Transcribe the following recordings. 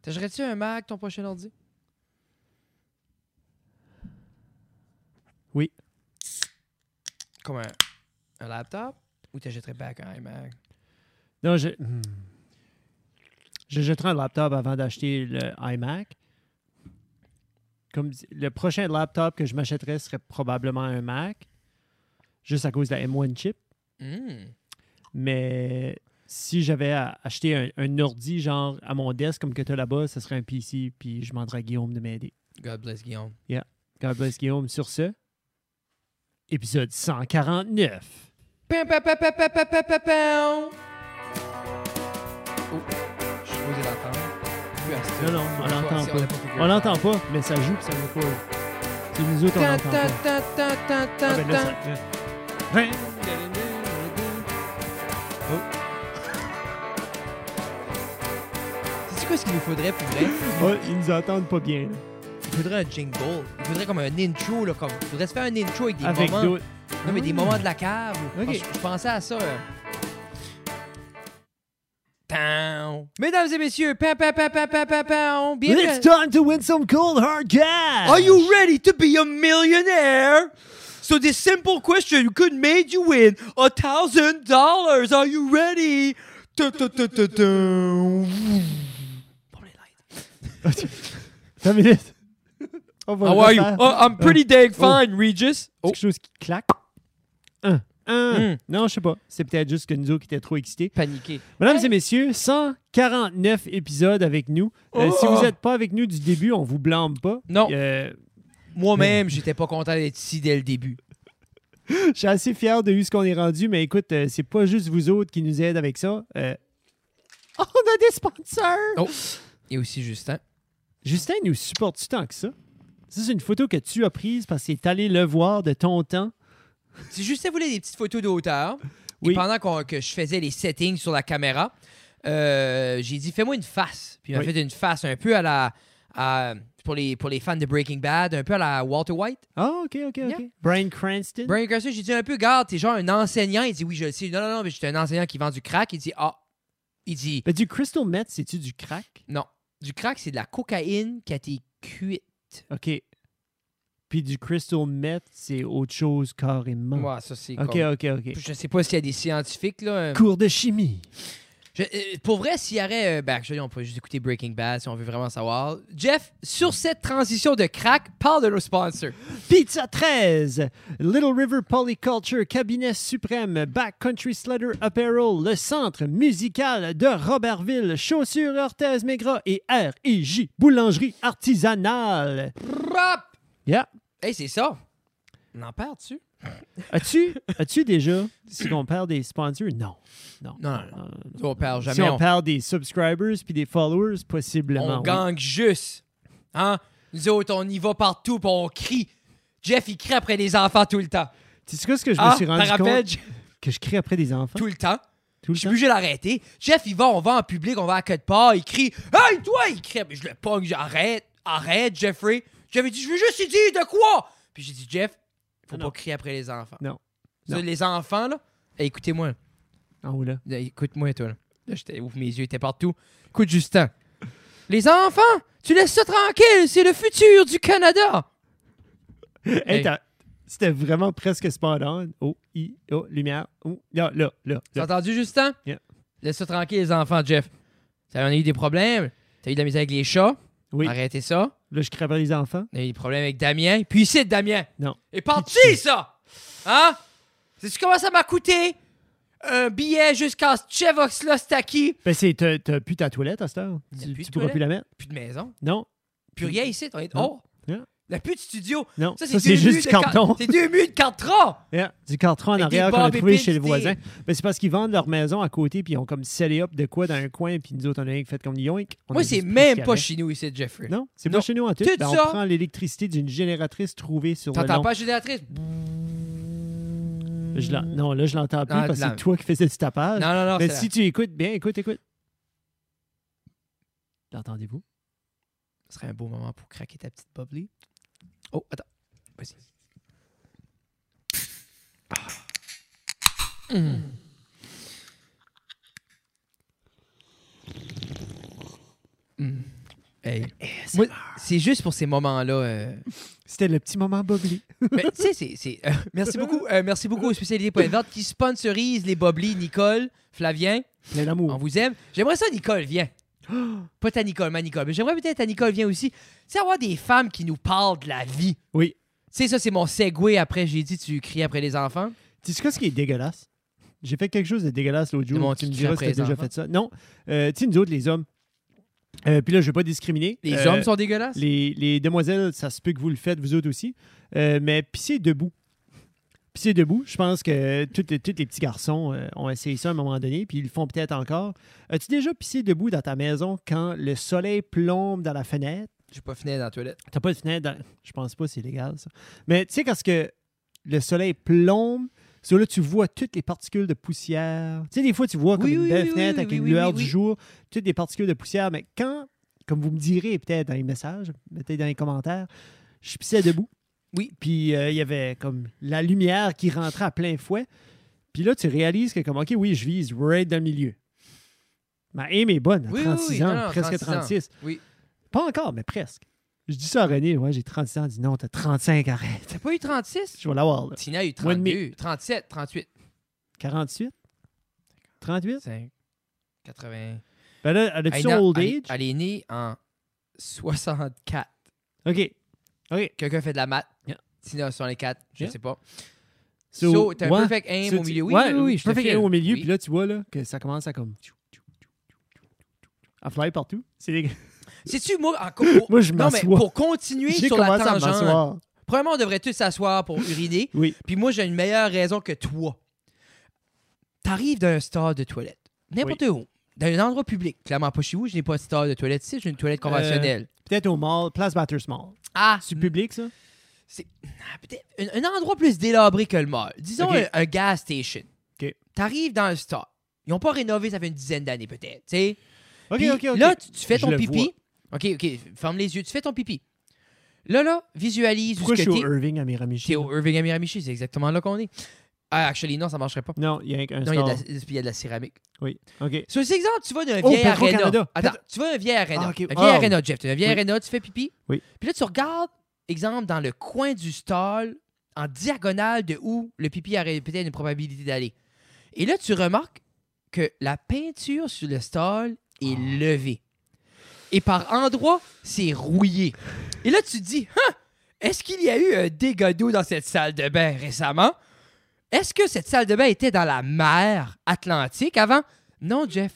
T'achèterais-tu un Mac, ton prochain ordi? Oui. Comme un laptop? Ou t'achèterais pas un iMac? Non, je jetterai un laptop avant d'acheter le iMac. Comme le prochain laptop que je m'achèterais serait probablement un Mac, juste à cause de la M1 chip. Mais si j'avais à acheter un ordi genre à mon desk comme que tu as là-bas, ce serait un PC, puis je demanderais à Guillaume de m'aider. God bless Guillaume. Yeah. God bless Guillaume. Sur ce, épisode 149. Pam, pam, pam, pam, pam, pam, pam, pam, pam. Oh, je suis supposé l'entendre. Non, on l'entend pas. On l'entend pas, mais ça joue, puis ça va pas. C'est nous autres, on l'entend pas. Ah, ben là, ça... C'est quoi ce qu'il nous faudrait pour vrai? Oh, ils nous entendent pas bien. Là. Il faudrait un jingle. Il faudrait comme un intro. Là, comme... Il faudrait se faire un intro avec des moments. D'autres. Non, mais des moments de la cave. Ok. Je pensais à ça. Mesdames et messieurs, bienvenue. It's time to win some cold hard cash! Are you ready to be a millionaire? So this simple question could make you win $1,000. Are you ready? Une minute. On va How are you? refaire. Oh, I'm pretty dang fine, Regis. C'est quelque chose qui claque. Non, je sais pas. C'est peut-être juste que nous autres qui étaient trop excités. Paniqué. Mesdames et messieurs, 149 épisodes avec nous. Si vous n'êtes pas avec nous du début, on vous blâme pas. Non. Moi-même, j'étais pas content d'être ici dès le début. Je suis assez fier de où ce qu'on est rendu, mais écoute, c'est pas juste vous autres qui nous aident avec ça. On a des sponsors! Oh. Et aussi Justin. Justin nous supporte-tu tant que ça? Ça, c'est une photo que tu as prise parce que t'es allé le voir de ton temps. Si Justin voulait des petites photos de hauteur, oui. Et pendant que je faisais les settings sur la caméra, j'ai dit, fais-moi une face. Puis il m'a fait une face un peu à la... pour les fans de Breaking Bad, un peu à la Walter White. Ah, OK. Yeah. Bryan Cranston. Bryan Cranston, j'ai dit un peu, garde, t'es genre un enseignant. Il dit, oui, je le sais. Non, mais j'étais un enseignant qui vend du crack. Il dit... Ben, du crystal meth, c'est-tu du crack? Non. Du crack, c'est de la cocaïne qui a été cuite. OK. Puis du crystal meth, c'est autre chose carrément. Ouais, ça, c'est OK. Je sais pas s'il y a des scientifiques, là. Cours de chimie. Pour vrai, s'il y aurait... on peut juste écouter Breaking Bad si on veut vraiment savoir. Jeff, sur cette transition de crack, parle de nos sponsors. Pizza 13, Little River Polyculture, Cabinet Suprême, Backcountry Sledder Apparel, le Centre musical de Robertville, Chaussures Orthèse Maigrat et R&J Boulangerie Artisanale. Rap! Yeah. Hey, c'est ça. On en perd-tu? As-tu déjà, si on perd des sponsors? Non. On perd jamais. Si on perd des subscribers puis des followers, possiblement. On gagne juste. Hein? Nous autres, on y va partout puis on crie. Jeff, il crie après les enfants tout le temps. Tu sais ce que je me suis rendu rappelles, compte? Que je crie après des enfants? Tout le temps. Tout le Je suis temps? obligé de l'arrêter. Jeff, on va en public, on va à quelque part, il crie « Hey, toi! » Il crie, mais je le pogne, arrête, Jeffrey. J'avais dit « Je veux juste lui dire de quoi? » Puis j'ai dit « Jeff, faut pas crier après les enfants. » Non. Les enfants, là, écoutez-moi. En haut, là. Écoute-moi, toi. Là, mes yeux étaient partout. Écoute, Justin. Les enfants, tu laisses ça tranquille. C'est le futur du Canada. Hey, c'était vraiment presque spot on. Lumière. Là. T'as entendu, Justin? Yeah. Laisse ça tranquille, les enfants, Jeff. On a eu des problèmes. T'as eu de la misère avec les chats. Oui. Arrêtez ça. Là, je crie après les enfants. On a eu des problèmes avec Damien. Puis ici, Damien. Non. Et parti, ça! Hein? Sais-tu comment ça m'a coûté? Un billet jusqu'à Tchevoslovaquie. Ben, t'as plus ta toilette à cette heure. Tu pourras plus la mettre. Plus de maison. Non. Plus rien ici. On est Non. dehors. La plus de studio. Non. Ça, c'est juste du carton. C'est 2 murs de carton. Yeah. Du carton en Avec arrière des qu'on a barbes trouvé épines, chez les voisins. Ben, c'est parce qu'ils vendent leur maison à côté puis ils ont comme scellé up de quoi dans un coin puis nous autres, on a rien fait comme yoink. Moi, c'est même pas chez nous ici, Jeffrey. Non, c'est pas chez nous en tout. Tout Ben, on ça. prend l'électricité d'une génératrice trouvée sur le long. T'entends pas la génératrice? Non, là, je l'entends plus parce que c'est toi qui faisais du tapage. Non. Mais si tu écoutes bien, écoute. L'entendez-vous? Ce serait un beau moment pour craquer ta petite bubbly. Oh, attends. Vas-y. Hey. Moi, c'est juste pour ces moments-là. C'était le petit moment Bobli. Mais tu sais, merci beaucoup aux spécialités.vente qui sponsorisent les Bobli, Nicole, Flavien. Plein d'amour. On vous aime. J'aimerais ça, Nicole, viens. Pas ta Nicole, ma Nicole. Mais j'aimerais peut-être ta Nicole, viens aussi. Tu sais, avoir des femmes qui nous parlent de la vie. Oui. Tu sais, ça, c'est mon segue après. J'ai dit, tu cries après les enfants. Tu sais ce qui est dégueulasse? J'ai fait quelque chose de dégueulasse l'autre jour. Bon, tu me tu diras cries si tu as après les déjà enfants. fait ça. Non. Tu sais, nous autres, les hommes. Puis là, je ne vais pas discriminer. Les hommes sont dégueulasses? Les demoiselles, ça se peut que vous le faites, vous autres aussi. Mais pisser debout. Pisser debout, je pense que tous les petits garçons ont essayé ça à un moment donné, puis ils le font peut-être encore. As-tu déjà pissé debout dans ta maison quand le soleil plombe dans la fenêtre? J'ai pas fini dans la toilette. T'as pas de fenêtre dans... Je pense pas, c'est légal, ça. Mais tu sais, quand le soleil plombe, c'est là tu vois toutes les particules de poussière. Tu sais, des fois, tu vois comme une belle fenêtre avec une lueur du jour, toutes les particules de poussière. Mais quand, comme vous me direz peut-être dans les messages, mettez dans les commentaires, je pissais debout. Oui. Puis il y avait comme la lumière qui rentrait à plein fouet. Puis là, tu réalises que comme, OK, oui, je vise right dans le milieu. Ma aim est bonne, à 36 ans, non, presque 36 ans. 36. Oui. Pas encore, mais presque. Je dis ça à René, ouais, j'ai 36 ans. Il dit non, t'as 35, arrête. T'as pas eu 36? Je vais l'avoir, là. Tina a eu Moins de 32, 37, 38. 48? 38? 5, 80. Ben là, elle a-tu son old age? Elle est née en 64. OK. Quelqu'un fait de la maths. Yeah. Tina a 64, je Yeah. sais pas. So, t'as un ouais. perfect aim So, au milieu. Oui, oui, je te perfect file. aim au milieu, Oui. puis là, tu vois là, que ça commence à comme... à fly partout. Sais-tu, moi, Moi, je non, mais m'assois. pour continuer J'ai sur la commencé à tangente, m'asseoir. premièrement, on devrait tous s'asseoir pour uriner. Oui. Puis moi, j'ai une meilleure raison que toi. T'arrives dans un stade de toilette, n'importe où, dans un endroit public. Clairement pas chez vous, je n'ai pas de stade de toilette ici, j'ai une toilette conventionnelle. Peut-être au mall, Place Bathurst Mall. C'est public, ça? Peut-être un endroit plus délabré que le mall. Disons Ok. un gas station. OK. T'arrives dans le stade. Ils n'ont pas rénové, ça fait une dizaine d'années peut-être. Tu sais. OK, Puis OK. là, tu fais Je ton le pipi. OK, ferme les yeux. Tu fais ton pipi. Là, visualise Pourquoi où je ce suis que au t'es. Irving à Miramichi? T'es au Irving à Miramichi, c'est exactement là qu'on est. Ah, actually, non, ça marcherait pas. Non, il y a un Non, store. il y a de la céramique. Oui, OK. Sur cet exemple, tu vas d'un Oh, vieil Petro-Canada. aréna. Attends, tu vas d'un vieil aréna. Ah, ok. Un vieil Oh. aréna, Jeff. Tu as un vieil Oui. aréna, tu fais pipi. Oui. Puis là, tu regardes, exemple, dans le coin du stall, en diagonale de où le pipi aurait peut-être une probabilité d'aller. Et là, tu remarques que la peinture sur le stall est levée. Et par endroits, c'est rouillé. Et là, tu te dis, est-ce qu'il y a eu un dégât d'eau dans cette salle de bain récemment? Est-ce que cette salle de bain était dans la mer Atlantique avant? Non, Jeff.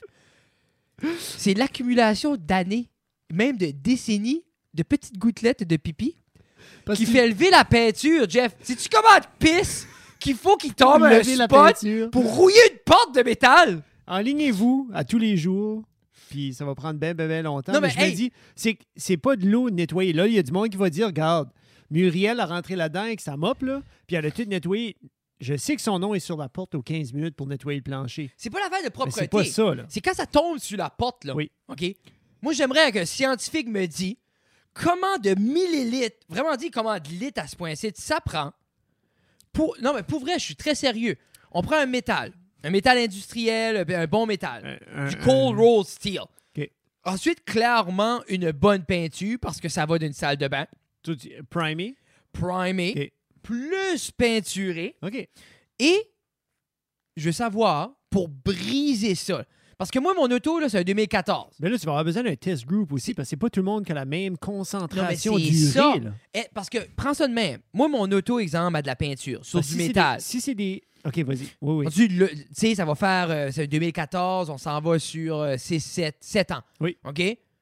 C'est l'accumulation d'années, même de décennies, de petites gouttelettes de pipi Parce qui que- fait lever la peinture, Jeff. Sais-tu comment de pisse qu'il faut qu'il tombe un lever la spot peinture. pour rouiller une porte de métal? Enlignez-vous à tous les jours, puis ça va prendre bien longtemps. Non, mais mais je me dis, c'est pas de l'eau nettoyée. Là, il y a du monde qui va dire, regarde, Muriel a rentré là-dedans avec sa mop, là, puis elle a tout nettoyé. Je sais que son nom est sur la porte aux 15 minutes pour nettoyer le plancher. C'est pas l'affaire de Mais propreté. c'est pas ça, là. C'est quand ça tombe sur la porte, là. Oui. OK? Moi, j'aimerais qu'un scientifique me dise comment de millilitres, vraiment dit comment de litres à ce point-ci, ça prend pour... Non, mais pour vrai, je suis très sérieux. On prend un métal industriel, un bon métal, du cold roll steel. OK. Ensuite, clairement, une bonne peinture parce que ça va d'une salle de bain. Primé. Primé, OK. plus peinturé. OK. Et je veux savoir, pour briser ça, parce que moi, mon auto, là, c'est un 2014. Mais là, tu vas avoir besoin d'un test group aussi, parce que c'est pas tout le monde qui a la même concentration c'est d'urée, ça. là. Parce que, prends ça de même. Moi, mon auto, exemple, a de la peinture sur Parce que du si c'est métal. si c'est des... OK, vas-y. Oui. Tu sais, ça va faire... c'est 2014, on s'en va sur 7 ans. Oui. OK?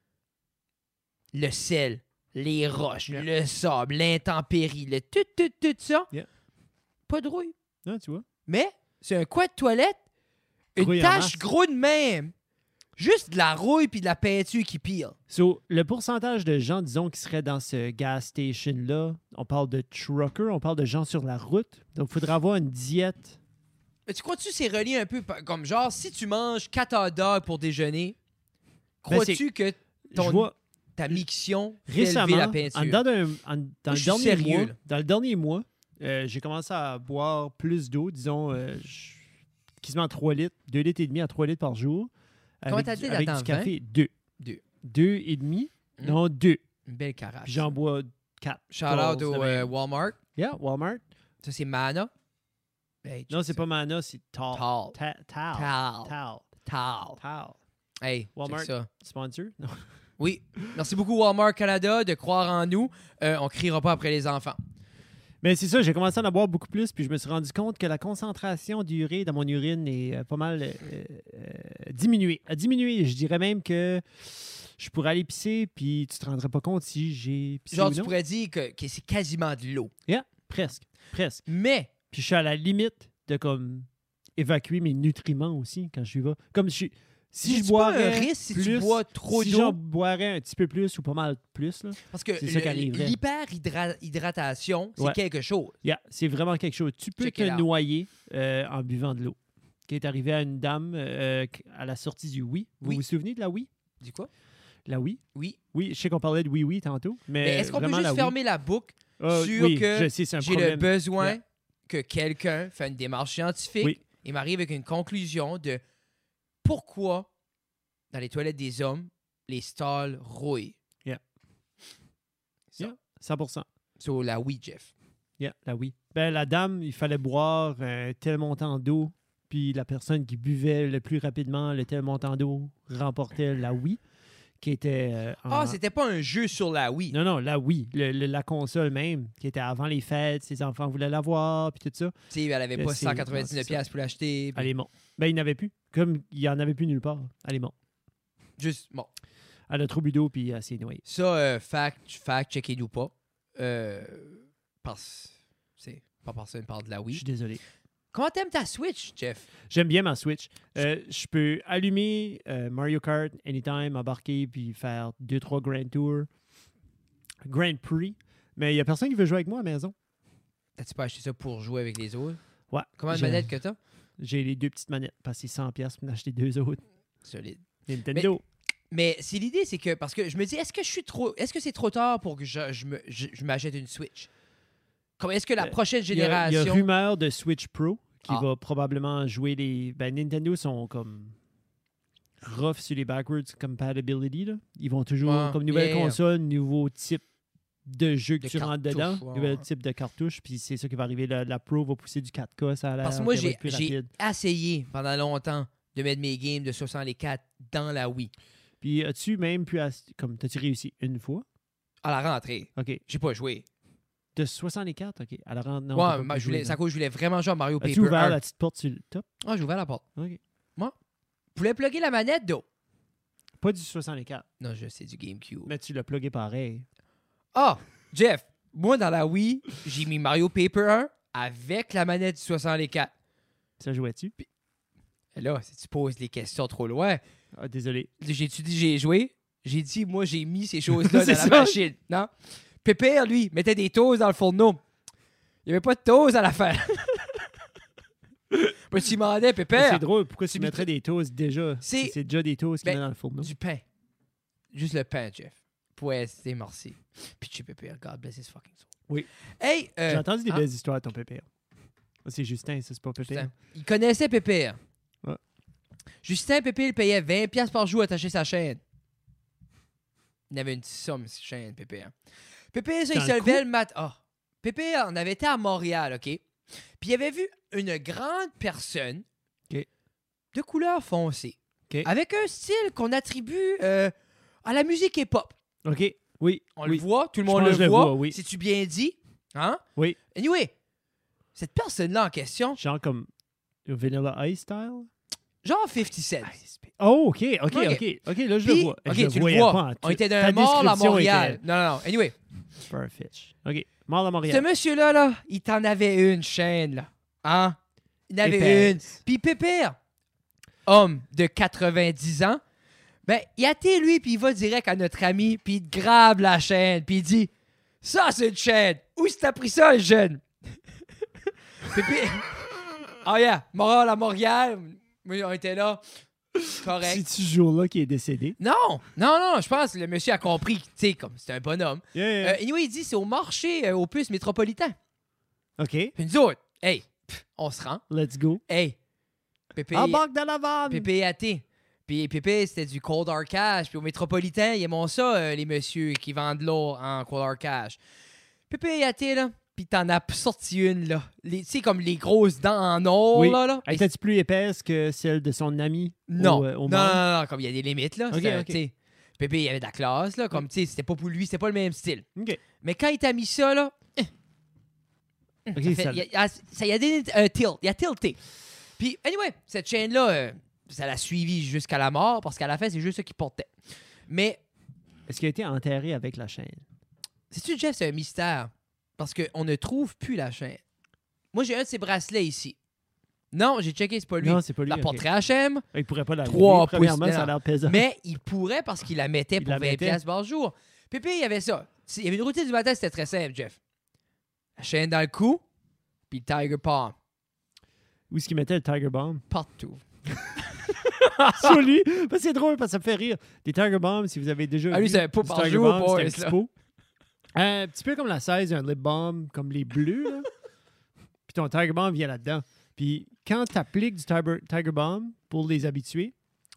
Le sel, les roches, Yeah. le sable, l'intempérie, le tout ça. Yeah. Pas de rouille. Non, tu vois? Mais c'est un coin de toilette, une Rouille en tache masse. gros de même. Juste de la rouille puis de la peinture qui pile. So, le pourcentage de gens, disons, qui seraient dans ce gas station-là, on parle de truckers, on parle de gens sur la route. Donc, il faudrait avoir une diète. Mais tu crois-tu que c'est relié un peu comme genre, si tu manges 4 hot dogs pour déjeuner, Ben, crois-tu que Je vois ta miction fait lever récemment, la peinture? dans je le suis dernier sérieux, mois, là. dans le dernier mois, j'ai commencé à boire plus d'eau, disons, quasiment 3 litres, 2 litres et demi à 3 litres par jour. Comment Avec t'as dit avec là-dedans, du café, 2. Deux. 2 et demi. Non, 2. Une belle carafe. Puis j'en bois 4. Shout out au Walmart. Yeah, Walmart. Ça, c'est Mana. Hey, Non, c'est pas Mana, c'est Tal. Tal. Tal. Tal. Tal. Tal. Tal. Hey, Walmart. check ça. Sponsor? Non. Oui. Merci beaucoup, Walmart Canada, de croire en nous. On criera pas après les enfants. Mais c'est ça, j'ai commencé à en boire beaucoup plus, puis je me suis rendu compte que la concentration d'urée dans mon urine est pas mal diminuée. A diminué. Je dirais même que je pourrais aller pisser, puis tu te rendrais pas compte si j'ai pissé Genre, ou tu non. pourrais dire que c'est quasiment de l'eau. Yeah, presque. Mais, Puis je suis à la limite de comme évacuer mes nutriments aussi quand je vais. Comme si je boirais pas un risque si tu plus, bois trop si d'eau? j'en boirais un petit peu plus ou pas mal plus, là. Parce que C'est ça qui arriverait. l'hyperhydratation, c'est Ouais. quelque chose. Yeah, c'est vraiment quelque chose. Tu peux Check it te out. noyer en buvant de l'eau. Qui est arrivé à une dame à la sortie du Oui. Vous Oui. vous souvenez de la Oui? Dis quoi? La Oui? Oui. Oui, je sais qu'on parlait de Oui tantôt, mais Mais est-ce qu'on peut vraiment juste la Oui. fermer la boucle sur oui, que je sais, c'est un j'ai le problème. besoin Yeah. que quelqu'un fait une démarche scientifique Oui. et m'arrive avec une conclusion de pourquoi, dans les toilettes des hommes, les stalls rouillent. Yeah. Ça. Yeah, 100%. Sur la oui, Jeff. Yeah, la Oui. Ben, la dame, il fallait boire un tel montant d'eau, puis la personne qui buvait le plus rapidement le tel montant d'eau remportait la Oui, qui était Ah, c'était pas un jeu sur la oui. Non, la Oui, la console même, qui était avant les fêtes, ses enfants voulaient l'avoir, puis tout ça. Tu sais, elle avait pas C'est- 199$ piastres pour l'acheter. puis Elle est morte. Ben, il n'avait plus. Comme il n'y en avait plus nulle part. Elle est morte. Juste, bon. Elle a trop bu d'eau, puis elle s'est noyée. Ça, checkez-nous pas. C'est pas personne parle de la Je oui. suis désolé. Comment t'aimes ta Switch, Jeff? J'aime bien ma Switch. Je peux allumer Mario Kart anytime, embarquer, puis faire 2-3 Grand Tours. Grand Prix. Mais il n'y a personne qui veut jouer avec moi à la maison. T'as-tu pas acheté ça pour jouer avec les autres? Ouais. Comment de manettes que t'as? J'ai les 2 petites manettes. Passer 100$ pour en acheter 2 autres. Solide. Nintendo. Mais c'est l'idée, c'est que, parce que je me dis, est-ce que c'est trop tard pour que je m'achète une Switch? Comme est-ce que la prochaine Il y a génération... rumeur de Switch Pro qui Ah. va probablement jouer les... Ben, Nintendo sont comme rough sur les backwards compatibility. Là. Ils vont toujours, Ouais, comme nouvelle yeah. console, nouveau type de jeu que De tu rentres cartouche, dedans, ouais, nouvel ouais. type de cartouche, puis c'est ça qui va arriver. La Pro va pousser du 4K, ça a l'air. Parce que moi, qu'elle va être plus j'ai rapide. essayé pendant longtemps de mettre mes games de 64 dans la Wii. Puis as-tu même pu... Comme, t'as-tu réussi une fois? À la rentrée. OK. J'ai pas joué. De 64? OK. À la rentre, non. Ouais, t'as pas mais pu jouer, ça non. cause je voulais vraiment jouer à Mario As-tu Paper ouvert 1. la petite porte sur le top? Ah, j'ai ouvert la porte. OK. Je voulais plugger la manette d'eau. Pas du 64, Non, c'est du GameCube. mais tu l'as plugué pareil. Ah, Jeff, moi, dans la Wii, j'ai mis Mario Paper 1 avec la manette du 64. Ça jouait-tu? Et là, si tu poses les questions trop loin, Ah, désolé. j'ai-tu dit j'ai joué? J'ai dit, moi, j'ai mis ces choses-là dans C'est la ça. machine. Non? Pépère, lui, mettait des toasts dans le fourneau. Il n'y avait pas de toast à la fin. Puis tu demandais, Mais Pépère, c'est drôle, pourquoi tu tu mettrais des toasts déjà? C'est- C'est déjà des toasts qu'il Ben, met dans le fourneau. du pain. Juste le pain, Jeff. Ouais, c'est merci. Puis chez Pépère, God bless his fucking soul. Oui. Hey, J'ai entendu des hein? belles histoires à ton pépère. Ça, c'est Justin, ça, c'est pas pépère. Justin. Il connaissait Pépère. Ouais. Justin Pépère, il payait 20$ par jour à attacher sa chaîne. Il avait une somme, cette chaîne, Pépère. Pépère, ça, il Dans se le levait le matin. Ah. Pépère, on avait été à Montréal, OK? Puis il avait vu une grande personne OK. de couleur foncée. OK. Avec un style qu'on attribue à la musique hip-hop. OK, oui. On oui. le voit, tout le Je monde pense le que je le voit. vois, oui. C'est-tu bien dit? Hein? Oui. Anyway, cette personne-là en question, Genre comme Vanilla Ice style? genre 50 Cent. Oh, OK, là, je Puis, le vois. OK, Je tu le voyais vois. pas en On tout. était dans Ta un mall à description Montréal. était Non. Anyway, Farfetch. OK, mall à ce Montréal. monsieur-là, là, il t'en avait une chaîne, là. Hein? Il en avait une. Épaisse. Puis Pépère, homme de 90 ans, ben, il attend lui, puis il va direct à notre ami, puis il grabe la chaîne, puis il dit « Ça, c'est une chaîne! Où est-ce que t'as pris ça, le jeune? » Pépère... Oh yeah, moral à Montréal. Moi, on était là. Correct. C'est-tu ce jour-là qui est décédé? Non, je pense que le monsieur a compris, tu sais, comme c'est un bonhomme. Yeah. Anyway, il dit c'est au marché aux puces métropolitain. OK, Puis nous autres, hey, on se rend. let's go. Hey, Pépé, Embarque dans la vanne! Pépé athée. Puis Pépé, c'était du cold hard cash. Puis au Métropolitain, ils aiment ça, les messieurs qui vendent de l'eau en cold hard cash. Pépé, il a été là. Puis t'en as sorti une, là. Tu sais, comme les grosses dents en or, Oui. là. Étais-tu plus épaisse que celle de son ami? Non. Au Non, comme il y a des limites, là. Ok, C'était, ok. tu sais, Pépé, il avait de la classe, là. Comme, tu sais, c'était pas pour lui, c'était pas le même style. OK. Mais quand il t'a mis ça, là, OK, ça y a donné un tilt. Il a tilté. Puis, anyway, cette chaîne-là, ça l'a suivi jusqu'à la mort parce qu'à la fin, c'est juste ça qu'il portait. Mais, Est-ce qu'il a été enterré avec la chaîne? sais-tu, Jeff, c'est un mystère parce qu'on ne trouve plus la chaîne. Moi, j'ai un de ses bracelets ici. Non, j'ai checké, c'est pas lui. Non, c'est pas lui. La OK. portrait HM, Il pourrait pas la 3 pouces. Premièrement, Non, ça a l'air pesant. mais il pourrait parce qu'il la mettait Il pour la 20 mettait. piastres par jour. Pépé, il y avait ça. Il y avait une routine du matin, c'était très simple, Jeff. La chaîne dans le cou, puis le Tiger Palm. Où est-ce qu'il mettait le Tiger Bomb? Partout. Sur lui. Ben, c'est drôle parce que ça me fait rire. Des Tiger Bombs, si vous avez déjà Ah, lui, vu c'est un pot du par Tiger jour, Bomb, boys, c'est un petit là. pot. Un petit peu comme la 16, un lip balm, comme les bleus. Là. Puis ton Tiger Bomb vient là-dedans. Puis quand tu appliques du Tiger Bomb pour les habitués,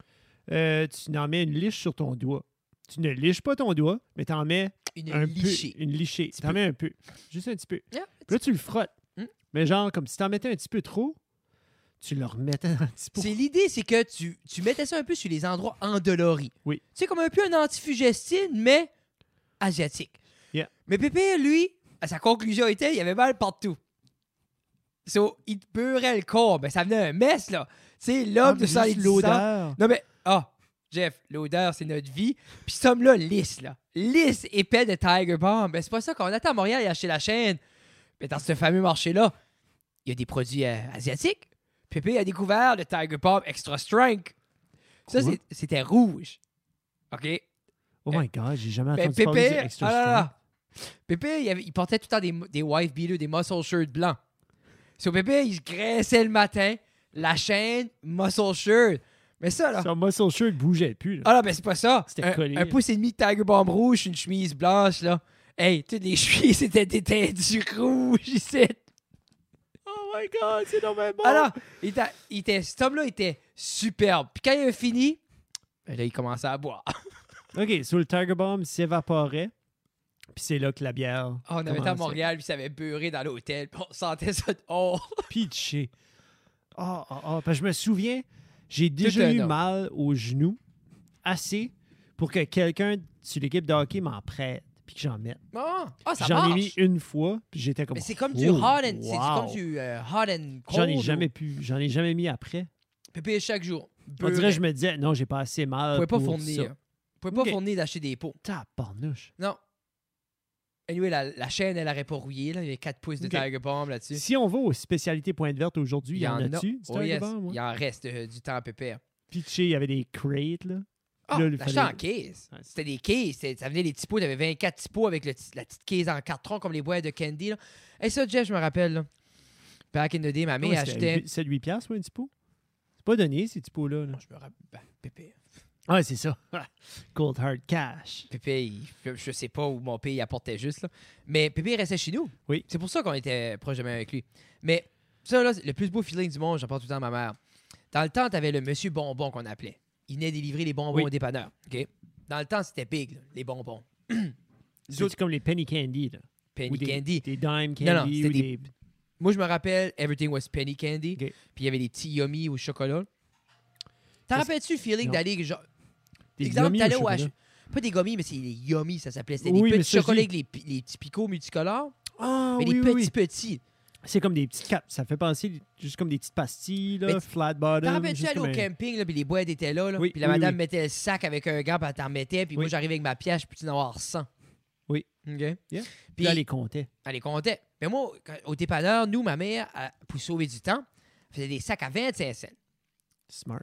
tu en mets une liche sur ton doigt. Tu ne liches pas ton doigt, mais tu en mets Une un lichée. peu. Une lichée. Tu en mets un peu. Juste un petit peu. Yeah. Puis là, tu le frottes. Hmm. Mais genre, comme si tu en mettais un petit peu trop, tu le remettais dans un petit pot. C'est l'idée, c'est que tu mettais ça un peu sur les endroits endoloris. Oui. C'est comme un peu un antifugestine, mais asiatique. Yeah. Mais Pépé, lui, à sa conclusion était, il avait mal partout. So, il te beurrait le corps. Ben, ça venait un mess, là. Tu sais, l'homme de mais juste 110 ans. l'odeur. Non, mais, Jeff, l'odeur, c'est notre vie. Puis cet homme-là, lisse, là. Lisse, épais de Tiger Bomb. Ben, c'est pas ça qu'on attend à Montréal et acheter la chaîne. Mais dans ce fameux marché-là, il y a des produits asiatiques. Pépé a découvert le Tiger Bomb Extra Strength. Ça, Quoi? c'était rouge. OK? Oh my God, j'ai jamais Ben, entendu parler du Pépé, Extra Strength. Pépé, il portait tout le temps des wife beaters, des muscle shirts blancs. Sur Pépé, il se graissait le matin, la chaîne, muscle shirt. Mais ça, là. Son muscle shirt bougeait plus. Là. Ah là, ben c'est pas ça. C'était collé. Un pouce et demi de Tiger Bomb rouge, une chemise blanche, là. Hey, toutes les chemises étaient du rouge ici. Oh my God, c'est dommage bon. Alors, cet homme-là était superbe. Puis quand il a fini, ben là, il commençait à boire. OK, sur le Tiger Bomb s'évaporait. Puis c'est là que la bière. On avait été à Montréal, puis ça avait beurré dans l'hôtel, puis on sentait ça dehors. Pitché. Parce que je me souviens, j'ai déjà eu mal au genou assez pour que quelqu'un sur l'équipe de hockey m'en prête puis que j'en mette. Ça J'en ai marche. mis une fois, puis j'étais comme. Mais c'est comme du oh, hot and, c'est wow. comme du hot and cold. J'en ai jamais mis après. Pépé chaque jour. On dirait que je me disais, non, j'ai pas assez mal. Vous pouvez pas pour fournir. ça. Vous pouvez pas Ok. fournir d'acheter des pots. Tabarnouche. Non. Anyway, la chaîne, elle aurait pas rouillé. Là. Il y avait 4 pouces de Ok. Tiger Bomb là-dessus. Si on va aux spécialités Pointe Verte aujourd'hui, il y en a-tu? Du Oh Tiger yes, Bomb, ouais? il en reste du temps à pépère. Pitché, il y avait des crates, là. Ah, Là, il l'acheter fallait- en case. Ouais. C'était des cases. Ça venait des petits pots. T'avais 24 petits pots avec la petite case en carton comme les boîtes de candy. Là. Et ça, Jeff, je me rappelle. Là. Back in the day, ma mère achetait... 7-8 piastres, ouais, un petit pot. C'est pas donné, ces petits pots-là. Là. Je me rappelle... Pépé. Ouais, c'est ça. Cold hard cash. Pépé, je sais pas où mon père il apportait juste. Là. Mais Pépé il restait chez nous. Oui. C'est pour ça qu'on était proche de même avec lui. Mais ça, là, le plus beau feeling du monde, j'en parle tout le temps à ma mère. Dans le temps, t'avais le monsieur bonbon qu'on appelait. Il venait délivrer les bonbons Oui. au dépanneur. OK? Dans le temps, c'était big, là, les bonbons. C'est comme les penny candy, là. Penny Ou des, candy. Des dime candy. Non, c'était ou des- Moi, je me rappelle, everything was penny candy. OK. Puis il y avait des petits yummy au chocolat. T'en Ça, rappelles-tu le feeling non. d'aller, genre, Des exemple, gummies t'allais au au chocolat. pas des gummies, mais c'est les yummy, ça s'appelait. C'était Oui, des mais petits ça, je chocolats dis- avec les petits picots multicolores. Ah, Mais oui, les oui, petits. oui. C'est comme des petites capes. Ça fait penser juste comme des petites pastilles, là, Mais flat bottom. T'en rappelles-tu juste aller au comme un- camping, là, puis les boîtes étaient là, Oui, puis la oui, madame oui. mettait le sac avec un gant, puis elle t'en mettait, puis moi Oui. j'arrivais avec ma pièce, puis tu en avoir 100. Oui. OK? Yeah. Puis Puis là, elle les comptait. elle les comptait. Mais moi, au dépanneur, nous, ma mère, pour sauver du temps, faisait des sacs à 25 cents. Smart.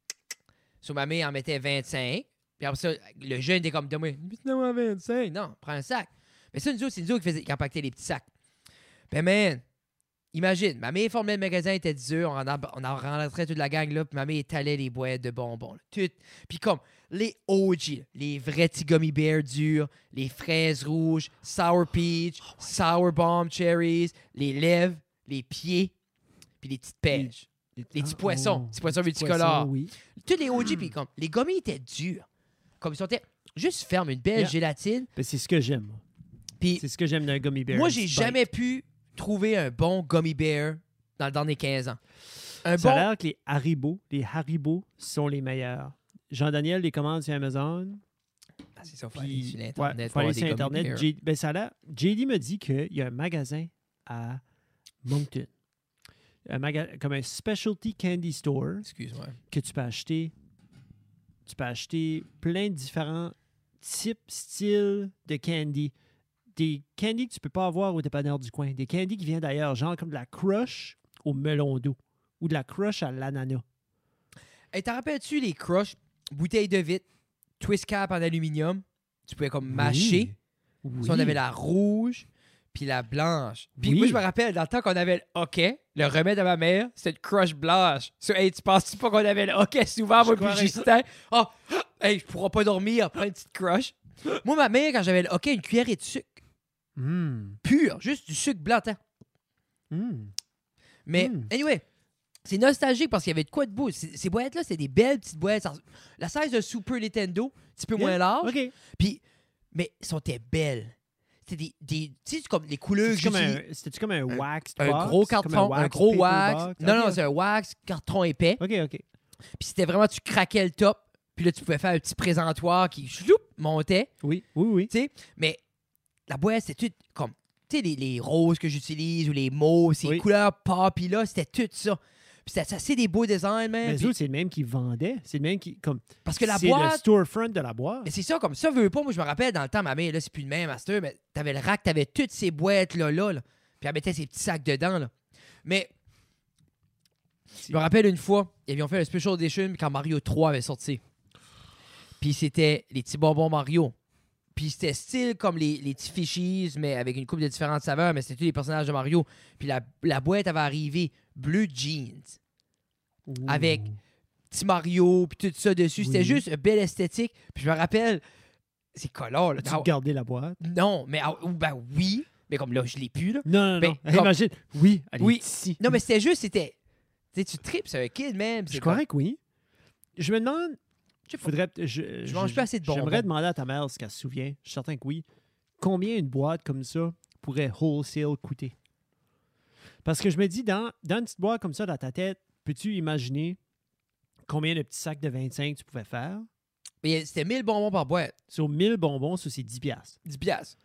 Sur ma mère, en mettait 25. Puis après ça, le jeune était comme de moi, non, à 25. Non, prends un sac. Mais ça, nous autres, c'est nous autres qui empaquetaient les petits sacs. Ben, man, imagine, ma mère formait le magasin, il était 10 heures, on en rentrait toute la gang là, puis ma mère étalait les boîtes de bonbons. Là, tout. Puis comme les OG, les vrais petits gummy bears durs, les fraises rouges, sour peach, sour bomb cherries, les lèvres, les pieds, puis les petites pêches. Les petits poissons. Petits poissons multicolores. Oui. Tous les OG, puis comme, les gummies étaient durs. Comme ils sont juste fermes, une belle gélatine. Ben, c'est ce que j'aime. Moi. Puis, c'est ce que j'aime d'un gummy bear. moi, j'ai jamais pu trouver un bon gummy bear dans les 15 ans. Ça a l'air que les Haribo sont les meilleurs. Jean-Daniel les commande sur Amazon. Ah, c'est ça, il faut aller sur l'Internet. Ouais, faut aller sur Internet. Ça a l'air... JD me dit qu'il y a un magasin à Moncton. Comme un specialty candy store. Excuse-moi. Que tu peux acheter. Tu peux acheter plein de différents types, styles de candy. Des candies que tu peux pas avoir au dépanneur du coin. Des candies qui viennent d'ailleurs, genre comme de la crush au melon d'eau ou de la crush à l'ananas. Hey, t'en rappelles-tu les crush, bouteilles de vitre, twist cap en aluminium? Tu pouvais comme mâcher. Oui. Si on avait la rouge puis la blanche. Puis Oui. moi, je me rappelle, dans le temps qu'on avait le hockey, le remède à ma mère, c'était une crush blanche. So, hey, tu penses-tu pas qu'on avait le hockey souvent, moi, puis Justin? Oh, hey, je pourrais pas dormir, prends une petite crush. Moi, ma mère, quand j'avais le hockey, une cuillerée de sucre. Pur, juste du sucre blanc. Mais, anyway, c'est nostalgique parce qu'il y avait de quoi de beau. Ces boîtes-là, c'est des belles petites boîtes. La size de Super Nintendo, un petit peu moins large. OK. Puis, mais elles sont belles. C'était des tu sais, comme les couleurs que j'utilise. C'était-tu comme un wax Un box? gros carton, un gros paper wax. box? Non, OK. non, c'est un wax, carton épais. OK. Puis c'était vraiment, tu craquais le top. Puis là, tu pouvais faire un petit présentoir qui chloup, montait. Oui. Tu sais, mais la boîte, c'était tout comme, tu sais, les roses que j'utilise ou les mauves, ces couleurs pop, puis là, c'était tout ça. Puis c'était assez des beaux designs, man. Mais Puis, autres, c'est le même qui vendait. C'est le même qui... Comme, parce que la c'est boîte... le storefront de la boîte. Mais c'est ça, comme ça, veux pas. Moi, je me rappelle, dans le temps, ma mère, là, c'est plus le même master, mais t'avais le rack, t'avais toutes ces boîtes-là, là. Puis elle mettait ses petits sacs dedans, là. Mais, je me rappelle une fois, ils avaient fait un special edition quand Mario 3 avait sorti. Puis c'était les petits bonbons Mario. Puis c'était style comme les petits fishies, mais avec une coupe de différentes saveurs, mais c'était tous les personnages de Mario. Puis la boîte avait arrivé bleu jeans. Avec petit Mario, puis tout ça dessus. C'était juste une belle esthétique. Puis je me rappelle, c'est color. Là. Tu gardais la boîte? Non, mais ben oui. Mais comme là, je l'ai plus. Là. Non. Ben, comme- Imagine. Oui, elle est ici. Non, mais c'était juste, c'était... Tu sais, tu tripes, c'est un kid même. Je croirais que oui. Je me demande... Je mange plus assez de bonbons. J'aimerais demander à ta mère ce qu'elle se souvient. Je suis certain que oui. Combien une boîte comme ça pourrait wholesale coûter? Parce que je me dis, dans une petite boîte comme ça, dans ta tête, peux-tu imaginer combien de petits sacs de 25 tu pouvais faire? Mais c'était 1000 bonbons par boîte. Sur 1000 bonbons, ça, c'est 10 piastres. 10 piastres.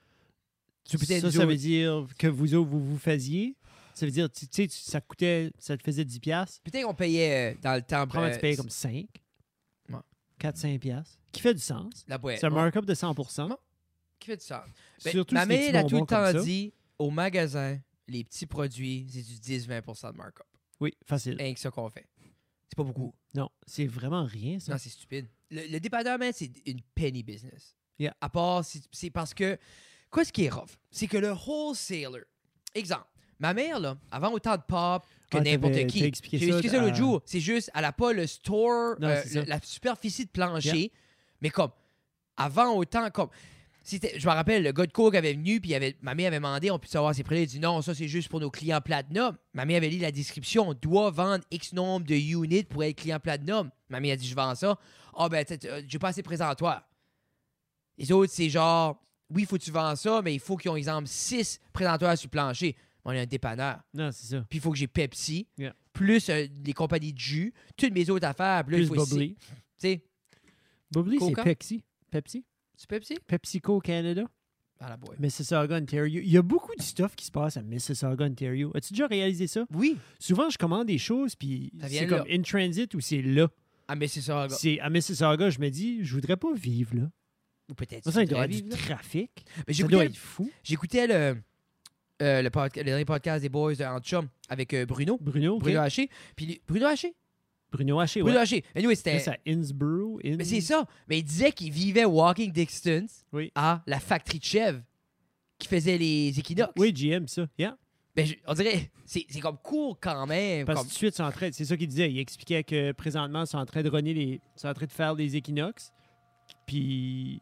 Ça veut dire que vous faisiez. Ça veut dire, tu sais, ça te faisait 10 piastres. Peut-être qu'on payait dans le temps... Probablement, tu payais comme 5. Ouais. 4-5 piastres. Qui fait du sens. La boîte. C'est un markup de 100%. Ouais. Qui fait du sens. Ben, Surtout ma sur des mère, petits elle a tout le bonbons comme temps ça. dit, au magasin, les petits produits, c'est du 10-20% de markup. Oui, facile. Rien que ça qu'on fait. C'est pas beaucoup. Non, c'est vraiment rien, ça. Non, c'est stupide. Le dépanneur, man, c'est une penny business. Yeah. À part, c'est parce que... Quoi, ce qui est rough, c'est que le wholesaler... Exemple, ma mère, là, avant autant de pop que n'importe qui. T'as expliqué J'ai ça expliqué ça l'autre jour. C'est juste, elle n'a pas le store, Non, c'est ça. la superficie de plancher, mais comme, avant autant, comme... Je me rappelle, le gars de Coke avait venu, puis ma mère avait demandé, on peut savoir ses produits. Il dit non, ça c'est juste pour nos clients Platinum. Ma mère avait lu la description, on doit vendre X nombre de units pour être client Platinum. Ma mère a dit, je vends ça. Ah ben, j'ai pas assez de présentoirs. Les autres, c'est genre, oui, il faut que tu vends ça, mais il faut qu'ils ont, exemple, 6 présentoirs sur le plancher. On est un dépanneur. Non, c'est ça. Puis il faut que j'ai Pepsi, Yeah. plus les compagnies de jus, toutes mes autres affaires. Puis là, Plus il faut Bubbly. Tu sais, Bubbly, c'est Coca? Pepsi. c'est Pepsi? PepsiCo Canada. Ah la boîte. Mississauga, Ontario. Il y a beaucoup de stuff qui se passe à Mississauga, Ontario. As-tu déjà réalisé ça? Oui. Souvent, je commande des choses, puis Ça vient c'est là. comme in transit ou c'est là. Ah, mais c'est ça, gars. C'est à Mississauga, je me dis, je voudrais pas vivre là. Ou peut-être. Ça, il doit y voudrais avoir du vivre, là. trafic. Mais Ça doit être fou. j'écoutais le dernier podcast des boys de Chum avec Bruno. Bruno, OK. Bruno Haché. Puis Bruno Haché? Bruno Haché, Bruno ouais. Haché. Anyway, c'était... C'est à Innsbruck. Mais c'est ça. Mais il disait qu'il vivait walking distance Oui. à la factory de chèvres qui faisait les équinoxes. Oui, GM, ça. Yeah. Ben, on dirait, c'est comme cool quand même. Parce que Comme... tout de suite, c'est ça qu'il disait. Il expliquait que présentement, ils sont en train de runner ils sont en train de faire les équinoxes. Puis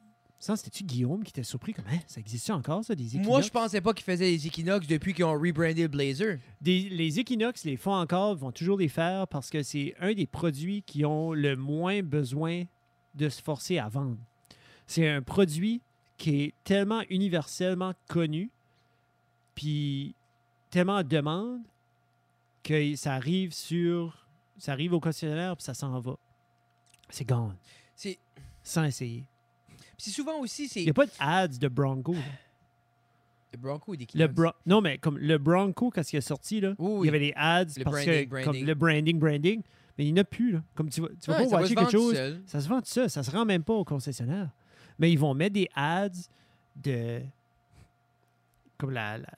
Ça, c'était-tu Guillaume qui était surpris comme, hein, ça existe encore, ça, des équinoxes? Moi, je pensais pas qu'ils faisaient des Equinox depuis qu'ils ont rebrandé le Blazer. Les équinoxes les font encore, vont toujours les faire parce que c'est un des produits qui ont le moins besoin de se forcer à vendre. C'est un produit qui est tellement universellement connu, puis tellement en demande, que ça arrive au concessionnaire, puis ça s'en va. C'est gone. C'est Sans essayer. Puis souvent aussi, c'est... Il n'y a pas d'ads de Bronco. Là. Le Bronco ou d'Equinox? Non, mais comme le Bronco, quand il est sorti, là, Oui, il y avait des ads Le parce branding, que comme le branding, mais il n'y en a plus. Là. Comme tu vas pas Ouais, ça va watcher se quelque vendre chose, seul. ça se vend tout ça. Ça se rend même pas au concessionnaire. Mais ils vont mettre des ads de... Comme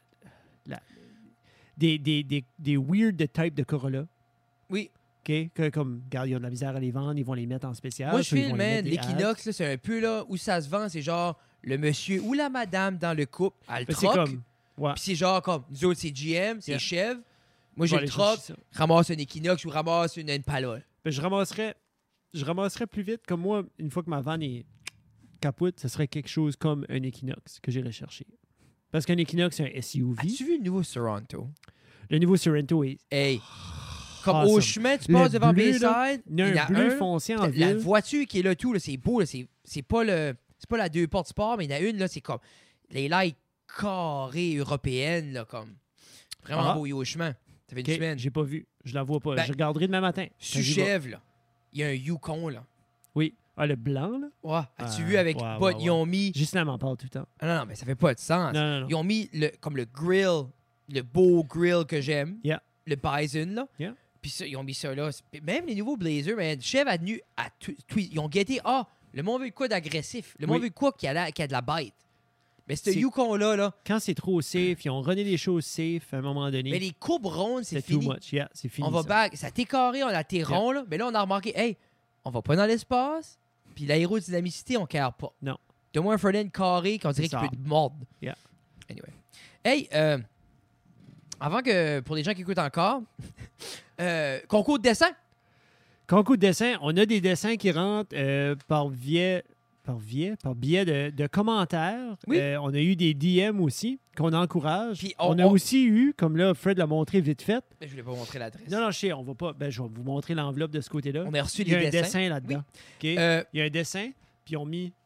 des weird de type de Corolla. Oui. OK? Comme, regarde, ils ont de la misère à les vendre, ils vont les mettre en spécial. Moi, je puis ils file, vont les man, mettre des ads. l'Equinox, là, c'est un peu là où ça se vend. C'est genre le monsieur ou la madame dans le couple, elle Mais c'est troque. comme... Ouais. Puis c'est genre comme, nous autres, c'est GM, c'est Yeah. Chev. Moi, Je j'ai vais le aller troc, chercher ça. ramasse un Equinox ou ramasse une Impala. Ben, je ramasserais plus vite. Comme moi, une fois que ma vanne est capote, ce serait quelque chose comme un Equinox que j'irais chercher. Parce qu'un Equinox, c'est un SUV. As-tu vu le nouveau Sorento? Le nouveau Sorento est... Hey! Comme Awesome. au chemin, tu Le passes devant bleu, là, Bayside, Il y a un bleu foncé en la ville. voiture qui est là tout, là, c'est beau, là, c'est pas la deux portes sport, mais il y en a une, là, c'est comme les lights carrées européennes, là, comme vraiment Ah. beau, il est au chemin. Ça fait une OK, semaine. j'ai pas vu. Je la vois pas. Ben, je regarderai demain matin. Sur Chèvre, là, il y a un Yukon, là. Oui. Ah, le blanc, là? Ouais, as-tu Ouais, vu avec... ouais, bah, ouais, ils ont mis... Gisela m'en parle tout le temps. Ah, non, mais ça fait pas de sens. Non. Ils ont mis comme le grill, le beau grill que j'aime, Yeah. le Bison, là. Yeah. Puis ça, ils ont mis ça là. Même les nouveaux Blazers, man, Chef a tenu à tout. Ils ont guetté, le monde veut quoi d'agressif. Le monde veut quoi qui a de la bête. Mais ce C'est- Yukon-là, là, Quand c'est trop safe, ils ont runné les choses safe à un moment donné. mais les courbes rondes, c'est c'est too fini. much. Yeah, c'est fini. On va ça. back. Ça t'est carré, on a tes ronds, là. Mais là, on a remarqué, hey, on va pas dans l'espace. Puis l'aérodynamicité, on carre pas. Non. Donne-moi un Frontend carré qu'on dirait C'est qu'il ça. peut te mordre. Yeah. Anyway. Hey, avant que, pour les gens qui écoutent encore, concours de dessin. Concours de dessin, on a des dessins qui rentrent par biais de commentaires. Oui. On a eu des DM aussi qu'on encourage. Puis on a aussi eu, comme là, Fred l'a montré vite fait. Je voulais pas montrer l'adresse. Non, je sais, on va pas. Ben, je vais vous montrer l'enveloppe de ce côté-là. On a reçu Il y a les un dessins. dessin là-dedans. OK? Euh, Il y a un dessin, puis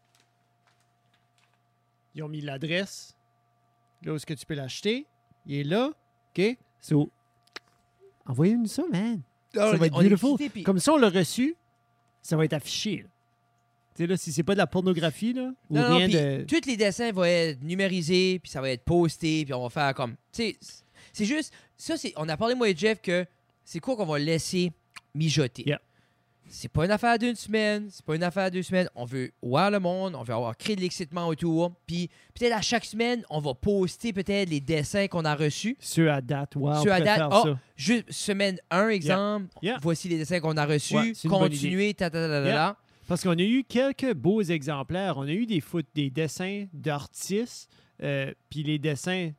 ils ont mis l'adresse. Là où est-ce que tu peux l'acheter. Il est là. OK? So, envoyez-nous ça, man. Ça va être on est beautiful. excité, puis- Comme ça, on l'a reçu, ça va être affiché. là. Tu sais, là, si c'est pas de la pornographie, là, ou Non, rien puis de... tous les dessins vont être numérisés, puis ça va être posté, puis on va faire comme... Tu sais, c'est juste... Ça, c'est... On a parlé, moi et Jeff, que c'est quoi qu'on va laisser mijoter. Yeah. C'est pas une affaire d'une semaine, c'est pas une affaire de 2 semaines. On veut voir le monde, on veut avoir créé de l'excitement autour. Puis peut-être à chaque semaine, on va poster peut-être les dessins qu'on a reçus. Ceux à date, wow, on Ceux à pourrait date, faire oh, ça. juste semaine 1, exemple, Yeah. voici les dessins qu'on a reçus, Ouais, c'est une bonne continuer, Yeah. Parce qu'on a eu quelques beaux exemplaires. On a eu des dessins d'artistes, puis les dessins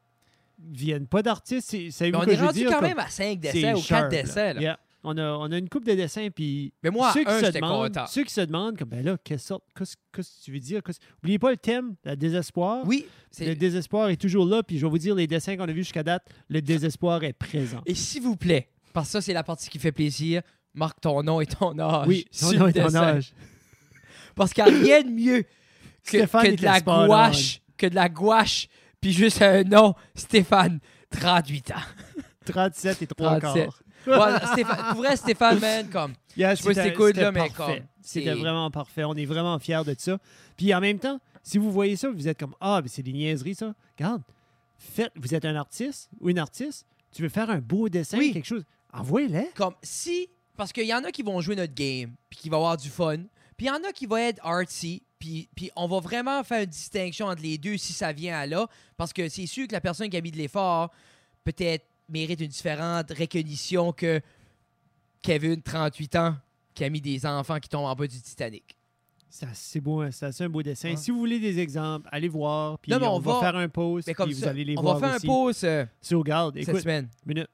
viennent pas d'artistes. Savez-vous On que est je veux rendu dire? quand Comme- même à 5 c'est dessins ou 4 sharp, là. dessins. Là. Yeah. On a une coupe de dessins, puis Mais moi, ceux qui un, se j'étais demandent, content. ceux qui se demandent, comme, ben là, qu'est-ce que tu veux dire? Oubliez pas le thème, le désespoir. Oui, Le c'est... désespoir est toujours là, puis je vais vous dire les dessins qu'on a vus jusqu'à date, le désespoir est présent. Et s'il vous plaît, parce que ça, c'est la partie qui fait plaisir, marque ton nom et ton âge. Oui, sur ton le nom et ton dessin. âge. Parce qu'il n'y a rien de mieux Stéphane que était de la spot on. gouache, puis juste un nom, Stéphane, 38 ans. 37 et 3 37. quarts. Ouais, Stéphane, pour vrai, Stéphane, man, comme... Yeah, Je sais pas si c'était- t'écoutes, c'était là, mais parfait. comme, C'était c'est- vraiment parfait. On est vraiment fiers de ça. Puis en même temps, si vous voyez ça, vous êtes comme, mais c'est des niaiseries, ça. Regarde, vous êtes un artiste ou une artiste, tu veux faire un beau dessin, Oui. quelque chose, envoyez-les. Comme si... Parce qu'il y en a qui vont jouer notre game, puis qui vont avoir du fun. Puis il y en a qui vont être artsy, puis on va vraiment faire une distinction entre les deux si ça vient à là. Parce que c'est sûr que la personne qui a mis de l'effort, peut-être, mérite une différente reconnaissance que Kevin, 38 ans, qui a mis des enfants qui tombent en bas du Titanic. C'est beau, hein, c'est un beau dessin. Ouais. Si vous voulez des exemples, allez voir. Puis Non, mais on on va va- faire un post, Mais comme puis vous ça, allez les on voir va faire aussi. un pause Sauvegarde. cette Écoute, semaine. minute.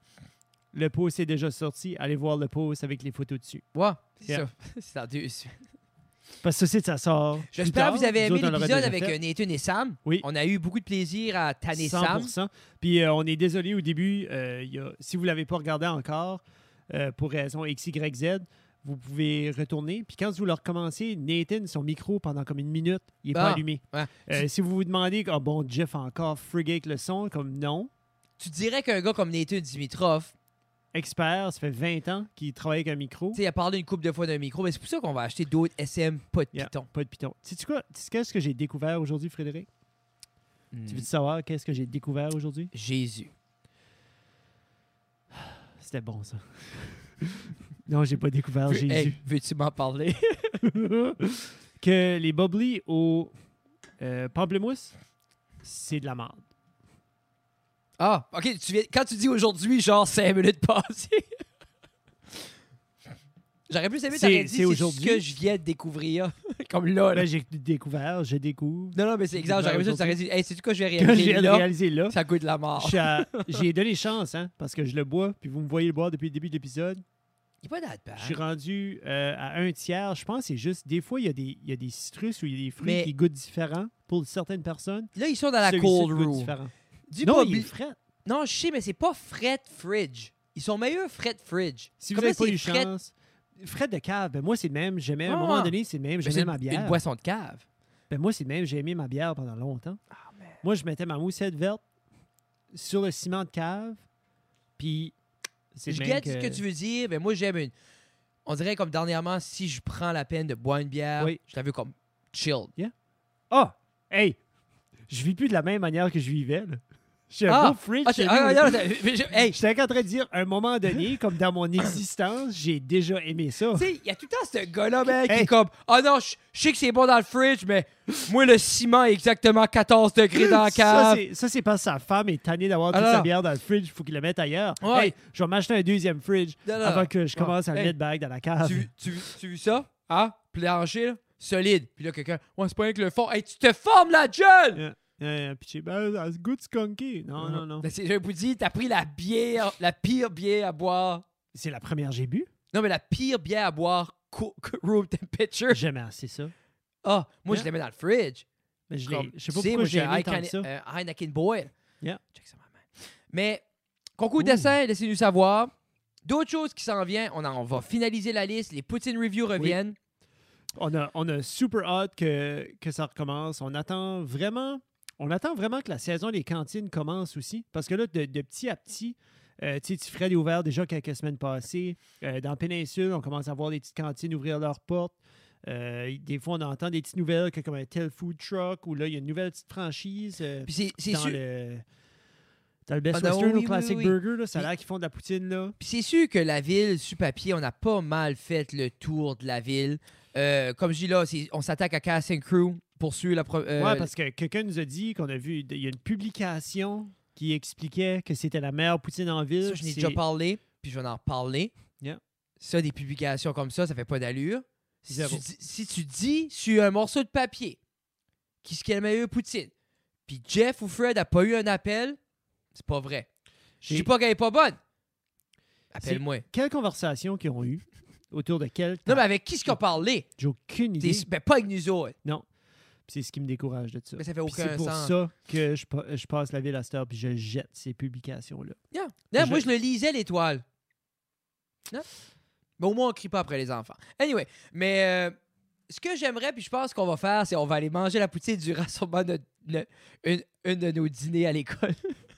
Le post est déjà sorti. Allez voir le post avec les photos dessus. Ouais, c'est Yeah. ça. C'est dans 2 semaines. Parce que ça sort. J'espère que vous avez aimé Nous autres, on l'aurait l'épisode déjà avec fait. Nathan et Sam. Oui. On a eu beaucoup de plaisir à tanner Sam. 100%. Puis on est désolé au début, si vous ne l'avez pas regardé encore, pour raison X, Y, Z, vous pouvez retourner. Puis quand vous le recommencez, Nathan, son micro, pendant comme une minute, il n'est pas allumé. Ouais. Si vous vous demandez, oh, bon, Jeff a encore frigué avec le son, comme non. Tu dirais qu'un gars comme Nathan Dimitrov, Expert, ça fait 20 ans qu'il travaille avec un micro. tu sais, il a parlé une couple de fois d'un micro, mais c'est pour ça qu'on va acheter d'autres SM, pas de Yeah, piton. pas de piton. Sais-tu quoi? Qu'est-ce que j'ai découvert aujourd'hui, Frédéric? Tu veux savoir qu'est-ce que j'ai découvert aujourd'hui? Jésus. C'était bon, ça. Non, j'ai pas découvert Jésus. Hey, veux-tu m'en parler? Que les bubbly au pamplemousse, c'est de la merde. Ah, OK. Quand tu dis aujourd'hui, genre 5 minutes passées. J'aurais plus aimé t'aurais dit c'est aujourd'hui. ce que je viens de découvrir. Comme là. Là, j'ai découvert, je découvre. Non, mais c'est exact. J'aurais plus t'aurais dit, hey, c'est-tu quoi je vais Que réaliser j'ai là? réalisé là. Ça goûte de la mort. J'ai donné chance, hein, parce que je le bois, puis vous me voyez le boire depuis le début de l'épisode. Il n'est pas that bad. Je suis rendu à un tiers. Je pense que c'est juste, des fois, il y a des citrus ou il y a des fruits Mais- qui goûtent différents pour certaines personnes. Là, ils sont dans la Celui-ci cold goûte room. différent. Dis Non, pas il est bi- frais. Non, je sais, mais c'est pas fret fridge. Ils sont meilleurs fret fridge. Si vous Comment n'avez pas c'est eu fret- chance, frais de cave, ben moi, c'est le même. J'aimais, à un Ah. moment donné, c'est le même. Mais J'aimais c'est ma bière. une boisson de cave. Ben moi, c'est le même. J'ai aimé ma bière pendant longtemps. Ah, man. Moi, je mettais ma moussette verte sur le ciment de cave, puis c'est Je le même guette ce que tu veux dire, mais moi, j'aime une. On dirait comme dernièrement, si je prends la peine de boire une bière, Oui. je la veux comme chilled. Ah! Hey! Je vis plus de la même manière que je vivais, là. J'ai un Ah! beau fridge Ah, chez nous, ah, là. non, hey! J'étais en train de dire, à un moment donné, comme dans mon existence, j'ai déjà aimé ça. Tu sais, il y a tout le temps ce gars-là, mec, qui Hey. est comme ah non, je sais que c'est bon dans le fridge, mais moi, le ciment est exactement 14 degrés dans la cave. Ça, c'est parce que sa femme est tannée d'avoir toute Ah, non. sa bière dans le fridge. Il faut qu'il la mette ailleurs. Ouais. Hey, je vais m'acheter un deuxième fridge Non, non, avant non. que je commence à le Hey. mettre back dans la cave. Tu vu ça? Hein? Plancher, là, solide. Puis là, quelqu'un, ouais, c'est pas rien que le fond. Hey, tu te formes la gueule! Puis tu sais, ben, ça goûte skunky. Non. Ben, c'est un bout dit, t'as pris la bière, la pire bière à boire. C'est la première que j'ai bu. Non, mais la pire bière à boire room temperature. J'aimais assez ça. Ah, moi, je Yeah. la mets dans le fridge. Mais je Comme, sais pas tu sais, pourquoi moi, j'ai aimé tant que ça. Heineken Boy. Yeah. Check ça, ma main. Mais, concours Ouh. dessin, laissez-nous savoir. D'autres choses qui s'en viennent. On va finaliser la liste. Les Poutine Review reviennent. On a super hâte que ça recommence. On attend vraiment que la saison des cantines commence aussi. Parce que là, de petit à petit, tu sais, Fred est ouvert déjà quelques semaines passées. Dans la péninsule, on commence à voir des petites cantines ouvrir leurs portes. Des fois, on entend des petites nouvelles comme un tel food truck ou là, il y a une nouvelle petite franchise Puis c'est dans sûr. le Best Ah non, Western oui, ou Classic oui. Burger. Là, ça a Puis- l'air qu'ils font de la poutine là. Puis c'est sûr que la ville, sur papier, on a pas mal fait le tour de la ville. Comme je dis là, on s'attaque à Cast and Crew pour suivre la Ouais, parce que quelqu'un nous a dit qu'on a vu, il y a une publication qui expliquait que c'était la meilleure poutine en ville. ça, je n'ai C'est- déjà parlé, puis je vais en reparler. Yeah. Ça, des publications comme ça fait pas d'allure. Zéro. Si tu dis sur un morceau de papier qu'est-ce qui est la meilleure poutine, puis Jeff ou Fred a pas eu un appel, c'est pas vrai. Je dis Et- pas qu'elle est pas bonne. Appelle-moi. Quelle conversation qu'ils ont eu autour de quel Non, mais avec qui est-ce qu'on a parlé? J'ai aucune idée. Ben, pas avec nous autres. Non. Puis c'est ce qui me décourage de ça. Mais ça fait Puis aucun c'est pour sens. ça que je passe la ville à cette heure puis je jette ces publications-là. Yeah. Non, Je- moi, je le lisais, l'étoile. Non? Mais au moins, on crie pas après les enfants. Anyway, mais ce que j'aimerais, puis je pense qu'on va faire, c'est on va aller manger la poutine durant sûrement une de nos dîners à l'école.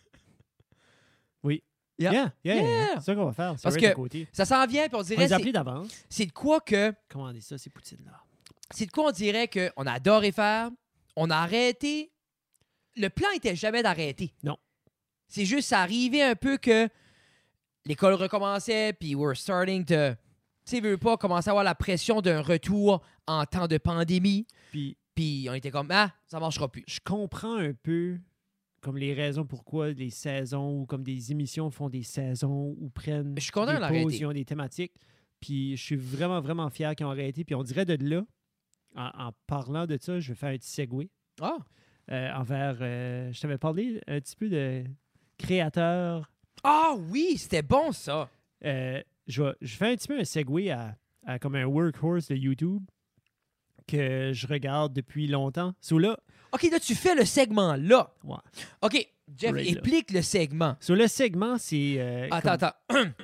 Oui. Yeah. C'est ça qu'on va faire. C'est Parce right à que côté. Ça s'en vient, puis on On dirait les a appelés d'avance. c'est de quoi que Commandez ça, ces poutines-là. c'est de quoi on dirait qu'on a adoré faire, on a arrêté. Le plan était jamais d'arrêter. Non. C'est juste, ça arrivait un peu que l'école recommençait, puis we're starting to, tu sais, veux pas commencer à avoir la pression d'un retour en temps de pandémie. Puis Puis on était comme, ah, ça marchera plus. je comprends un peu comme les raisons pourquoi les saisons ou comme des émissions font des saisons ou prennent Je suis content des de pauses, l'arrêter. ils ont des thématiques. Puis je suis vraiment, vraiment fier qu'ils ont arrêté. Puis on dirait de là, en parlant de ça, je vais faire un petit segue Ah, envers... je t'avais parlé un petit peu de créateurs. ah oui, c'était bon ça. Je fais un petit peu un segue à comme un workhorse de YouTube. que je regarde depuis longtemps. So là, OK, là, tu fais le segment là. ouais. OK, Jeff, Right, là. explique le segment. So le segment, c'est... Attends.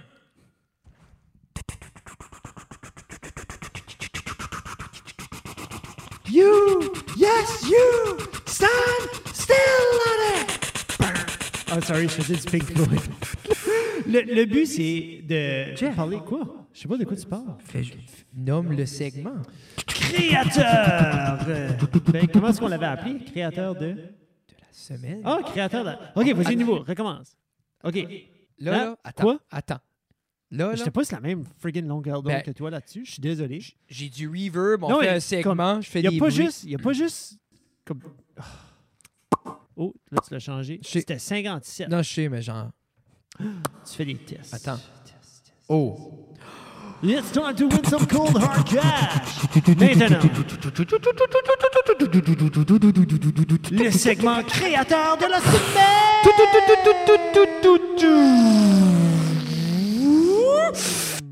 You! Yes, you! Stand still on it! Oh, sorry, je faisais du Pink Floyd. Le but, c'est de Jeff. parler quoi? Je sais pas de quoi tu parles. Nomme le segment. Créateur! Ben, comment est-ce qu'on l'avait appelé? Créateur de... Semaine. Ah, créateur de... OK, vas-y, nouveau, recommence. OK. Là, attends. Quoi? Attends. Là, Je te pousse la même friggin' longueur d'onde Ben, que toi là-dessus. Je suis désolé. j'ai du reverb, on Non, fait mais un segment, je fais Il n'y des a pas bruits. juste... Il y a pas juste... Comme... Oh, là, tu l'as changé. Je sais. C'était 57. Non, je sais, mais genre... Tu fais des tests. Attends. Oh. It's time to win some cold hard cash. Maintenant, le segment créateur de la semaine.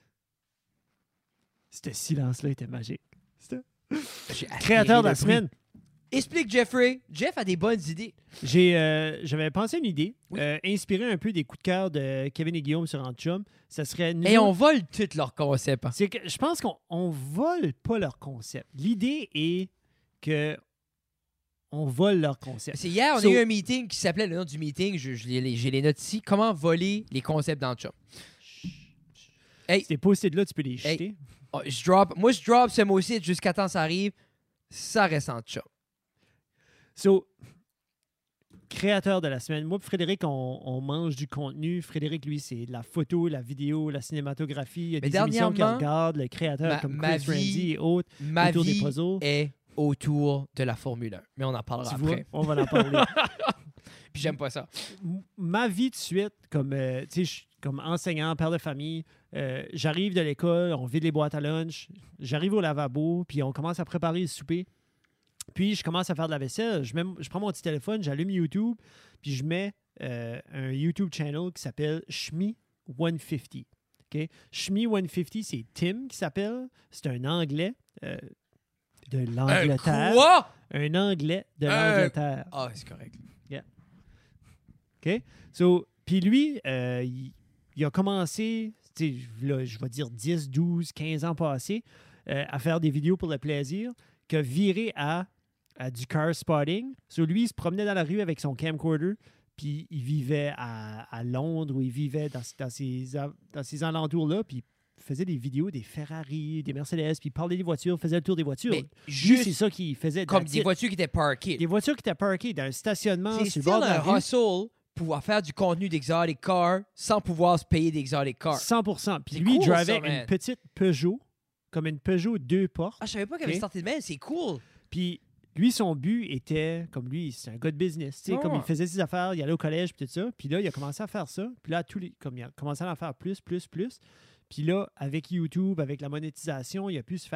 Ce silence-là était magique. J'ai Créateur de la aspiré le semaine. bruit. Explique, Jeffrey. Jeff a des bonnes idées. J'avais pensé à une idée, Oui. inspiré un peu des coups de cœur de Kevin et Guillaume sur Antchum. Ça serait... Et on vole tout leur concept. Hein. C'est que je pense qu'on vole pas leur concept. L'idée est que on vole leur concept. C'est hier, on a eu un meeting qui s'appelait, le nom du meeting, j'ai les notes ici, comment voler les concepts dans le chat. Hey, Ces post-it là, tu peux les jeter. oh, moi, je drop ce mot-ci jusqu'à temps que ça arrive, ça reste en chat. So, créateur de la semaine. Moi et Frédéric, on mange du contenu. Frédéric, lui, c'est la photo, la vidéo, la cinématographie. Il y a Mais des émissions qu'il dernièrement, regarde, le créateur comme ma Chris Ramsey vie- et autres. Ma Autour des vie puzzles. est autour de la Formule 1, mais on en parlera Tu vois, après. on va en parler. Puis j'aime pas ça. Ma vie de suite, comme, tu sais, je suis comme enseignant, père de famille, j'arrive de l'école, on vide les boîtes à lunch, j'arrive au lavabo, puis on commence à préparer le souper. Puis je commence à faire de la vaisselle. Je prends mon petit téléphone, j'allume YouTube, puis je mets un YouTube channel qui s'appelle Shmi150. Okay? Shmi150, c'est Tim qui s'appelle. C'est un Anglais de l'Angleterre. Quoi? Un Anglais de l'Angleterre. Ah, c'est correct. OK? So, puis lui, il a commencé, tu sais, là, je vais dire 10, 12, 15 ans passés, à faire des vidéos pour le plaisir, qui a viré à du car spotting. So, lui, il se promenait dans la rue avec son camcorder, puis il vivait à Londres, ou il vivait dans ces alentours-là, puis il faisait des vidéos des Ferrari, des Mercedes, puis il parlait des voitures, faisait le tour des voitures. Mais Lui, juste c'est ça qu'il faisait. comme that's des it. voitures qui étaient parkées. Des voitures qui étaient parkées dans un stationnement C'est sur style le bord de la un rue. hustle pouvoir faire du contenu d'exotic car sans pouvoir se payer d'exotic car. 100%. Puis C'est lui, il cool, drivait ça, man. une petite Peugeot, comme une Peugeot 2 portes. Ah, je savais pas qu'elle avait Ok. sorti de même, c'est cool. Puis lui, son but était, comme lui, c'est un gars de business. Tu sais, Ah. comme il faisait ses affaires, il allait au collège, puis tout ça. Puis là, il a commencé à faire ça. Puis là, comme il a commencé à en faire plus. Puis là, avec YouTube, avec la monétisation, il a pu se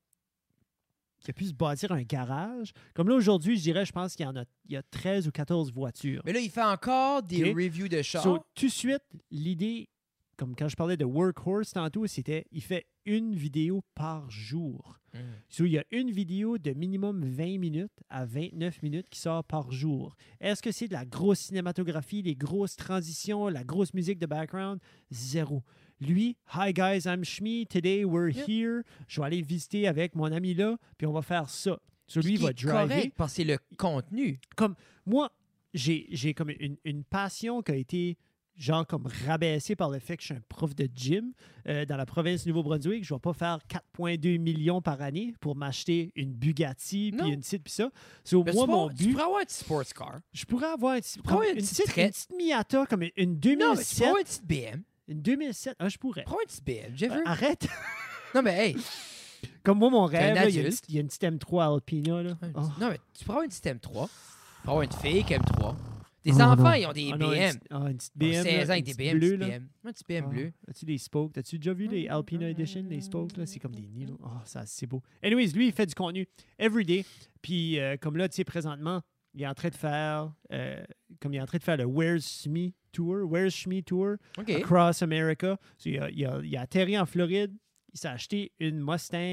bâtir un garage. Comme là, aujourd'hui, je dirais, je pense qu'il y a 13 ou 14 voitures. Mais là, il fait encore des Ok. reviews de chars. So, tout de suite, l'idée, comme quand je parlais de workhorse tantôt, c'était il fait une vidéo par jour. Mm. So, il y a une vidéo de minimum 20 minutes à 29 minutes qui sort par jour. Est-ce que c'est de la grosse cinématographie, les grosses transitions, la grosse musique de background? Zéro. Lui, hi guys, I'm Shmi. Today we're Yep. here. Je vais aller visiter avec mon ami là, puis on va faire ça. So, lui, il Qui va est driver. correct parce que c'est le contenu. Comme moi, j'ai comme une passion qui a été genre comme rabaissée par le fait que je suis un prof de gym dans la province du Nouveau-Brunswick. Je ne vais pas faire 4,2 millions par année pour m'acheter une Bugatti Non. puis une petite puis ça. So, Mais moi, tu mon pourrais- tu but, pourrais avoir un petit sports car. je pourrais avoir pourrais avoir une une petite, petite une petite Miata comme une Non, mais tu 2007. pourrais avoir une petite BM. Une 2007. Ah, je pourrais. Prends une petite BM, Jeffrey. Arrête. Non, mais hey. Comme moi, mon T'es rêve, un là, il adulte. y a une petite M3 Alpina. Là. Oh. Non, mais tu pourrais avoir une petite M3. Tu pourrais avoir une fille qui aime 3. Des Oh, enfants, non. ils ont des Ah, non, BM. une petite Ils ont BM. 16 ans là, avec une des petite BM, bleue, petite là. BM. Un petit BM Ah, bleu. As-tu les spokes? As-tu déjà vu les Alpina Edition, les spokes? Là? C'est comme des nids. Oh, ça, c'est beau. Anyways, lui, il fait du contenu everyday. Puis, comme là, tu sais, présentement, il est en train de faire, comme il est en train de faire le Where's Me Tour OK. across America. So, il a atterri en Floride. Il s'est acheté une Mustang.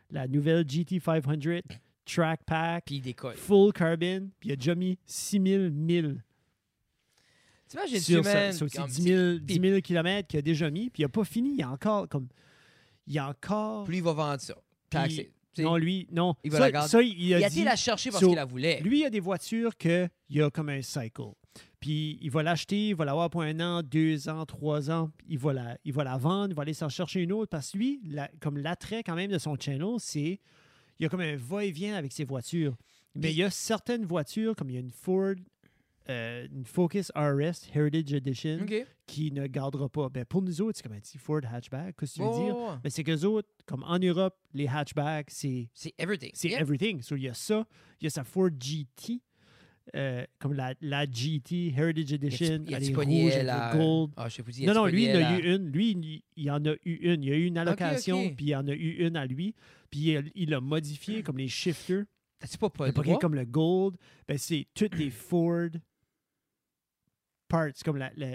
la nouvelle GT500 Track Pack, Puis il décolle. full carbon, puis il a déjà mis 6000 milles T'imagines, sur man, ses comme 10 000 km qu'il a déjà mis, puis il n'a pas fini. Il y a encore... Plus il va vendre ça. Taxé. T'sais, Non, lui, non. Il va ça, la garder. ça, il a il a dit... été la chercher parce So, qu'il la voulait. Lui, il a des voitures qu'il a comme un cycle. Puis il va l'acheter, il va l'avoir pour 1 an, 2 ans, 3 ans. Il va la vendre, il va aller s'en chercher une autre. Parce que lui, comme l'attrait quand même de son channel, c'est... Il y a comme un va-et-vient avec ses voitures. Mais il y a certaines voitures, comme il y a une Ford... une Focus RS Heritage Edition OK. qui ne gardera pas. Ben, pour nous autres, c'est comme un petit Ford hatchback. Qu'est-ce que tu veux dire? Oh, Mais c'est qu'eux autres, comme en Europe, les hatchbacks, c'est c'est everything. c'est Yeah. everything. So, il y a ça. Il y a sa Ford GT, comme la GT Heritage Edition. Il a Elle est pogné rouge avec la... le gold. Ah, je sais pas si Non, lui, il en a eu une. Lui, il en a eu une. Il y a eu une allocation, ok. puis il en a eu une à lui. Puis il l'a modifié comme les shifters. C'est pas Il a pogné droit? comme le gold. Ben, c'est toutes les Ford parts. Comme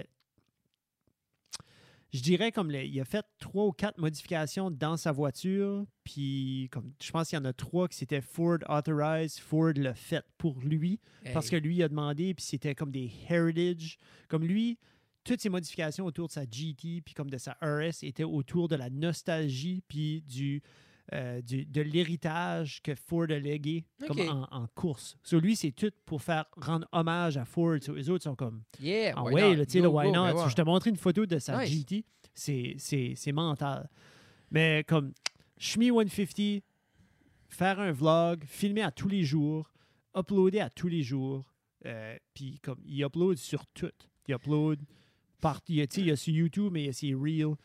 je dirais comme il a fait 3 ou 4 modifications dans sa voiture. Puis comme je pense qu'il y en a 3 qui c'était Ford Authorized. Ford l'a fait pour lui. Parce que lui, il a demandé, puis c'était comme des heritage. Comme lui, toutes ses modifications autour de sa GT, puis comme de sa RS, étaient autour de la nostalgie, puis de l'héritage que Ford a légué comme Ok. en course. So, lui, c'est tout pour rendre hommage à Ford. So, les autres sont comme, Yeah, ah why ouais, not? là, tu sais, le Go, why go, not? ben ouais. Je t'ai montré une photo de sa Nice. GT. C'est mental. Mais comme Shmi 150, faire un vlog, filmer à tous les jours, uploader à tous les jours, puis comme il upload sur tout. Il upload il y a sur YouTube, mais il y a ses Reels.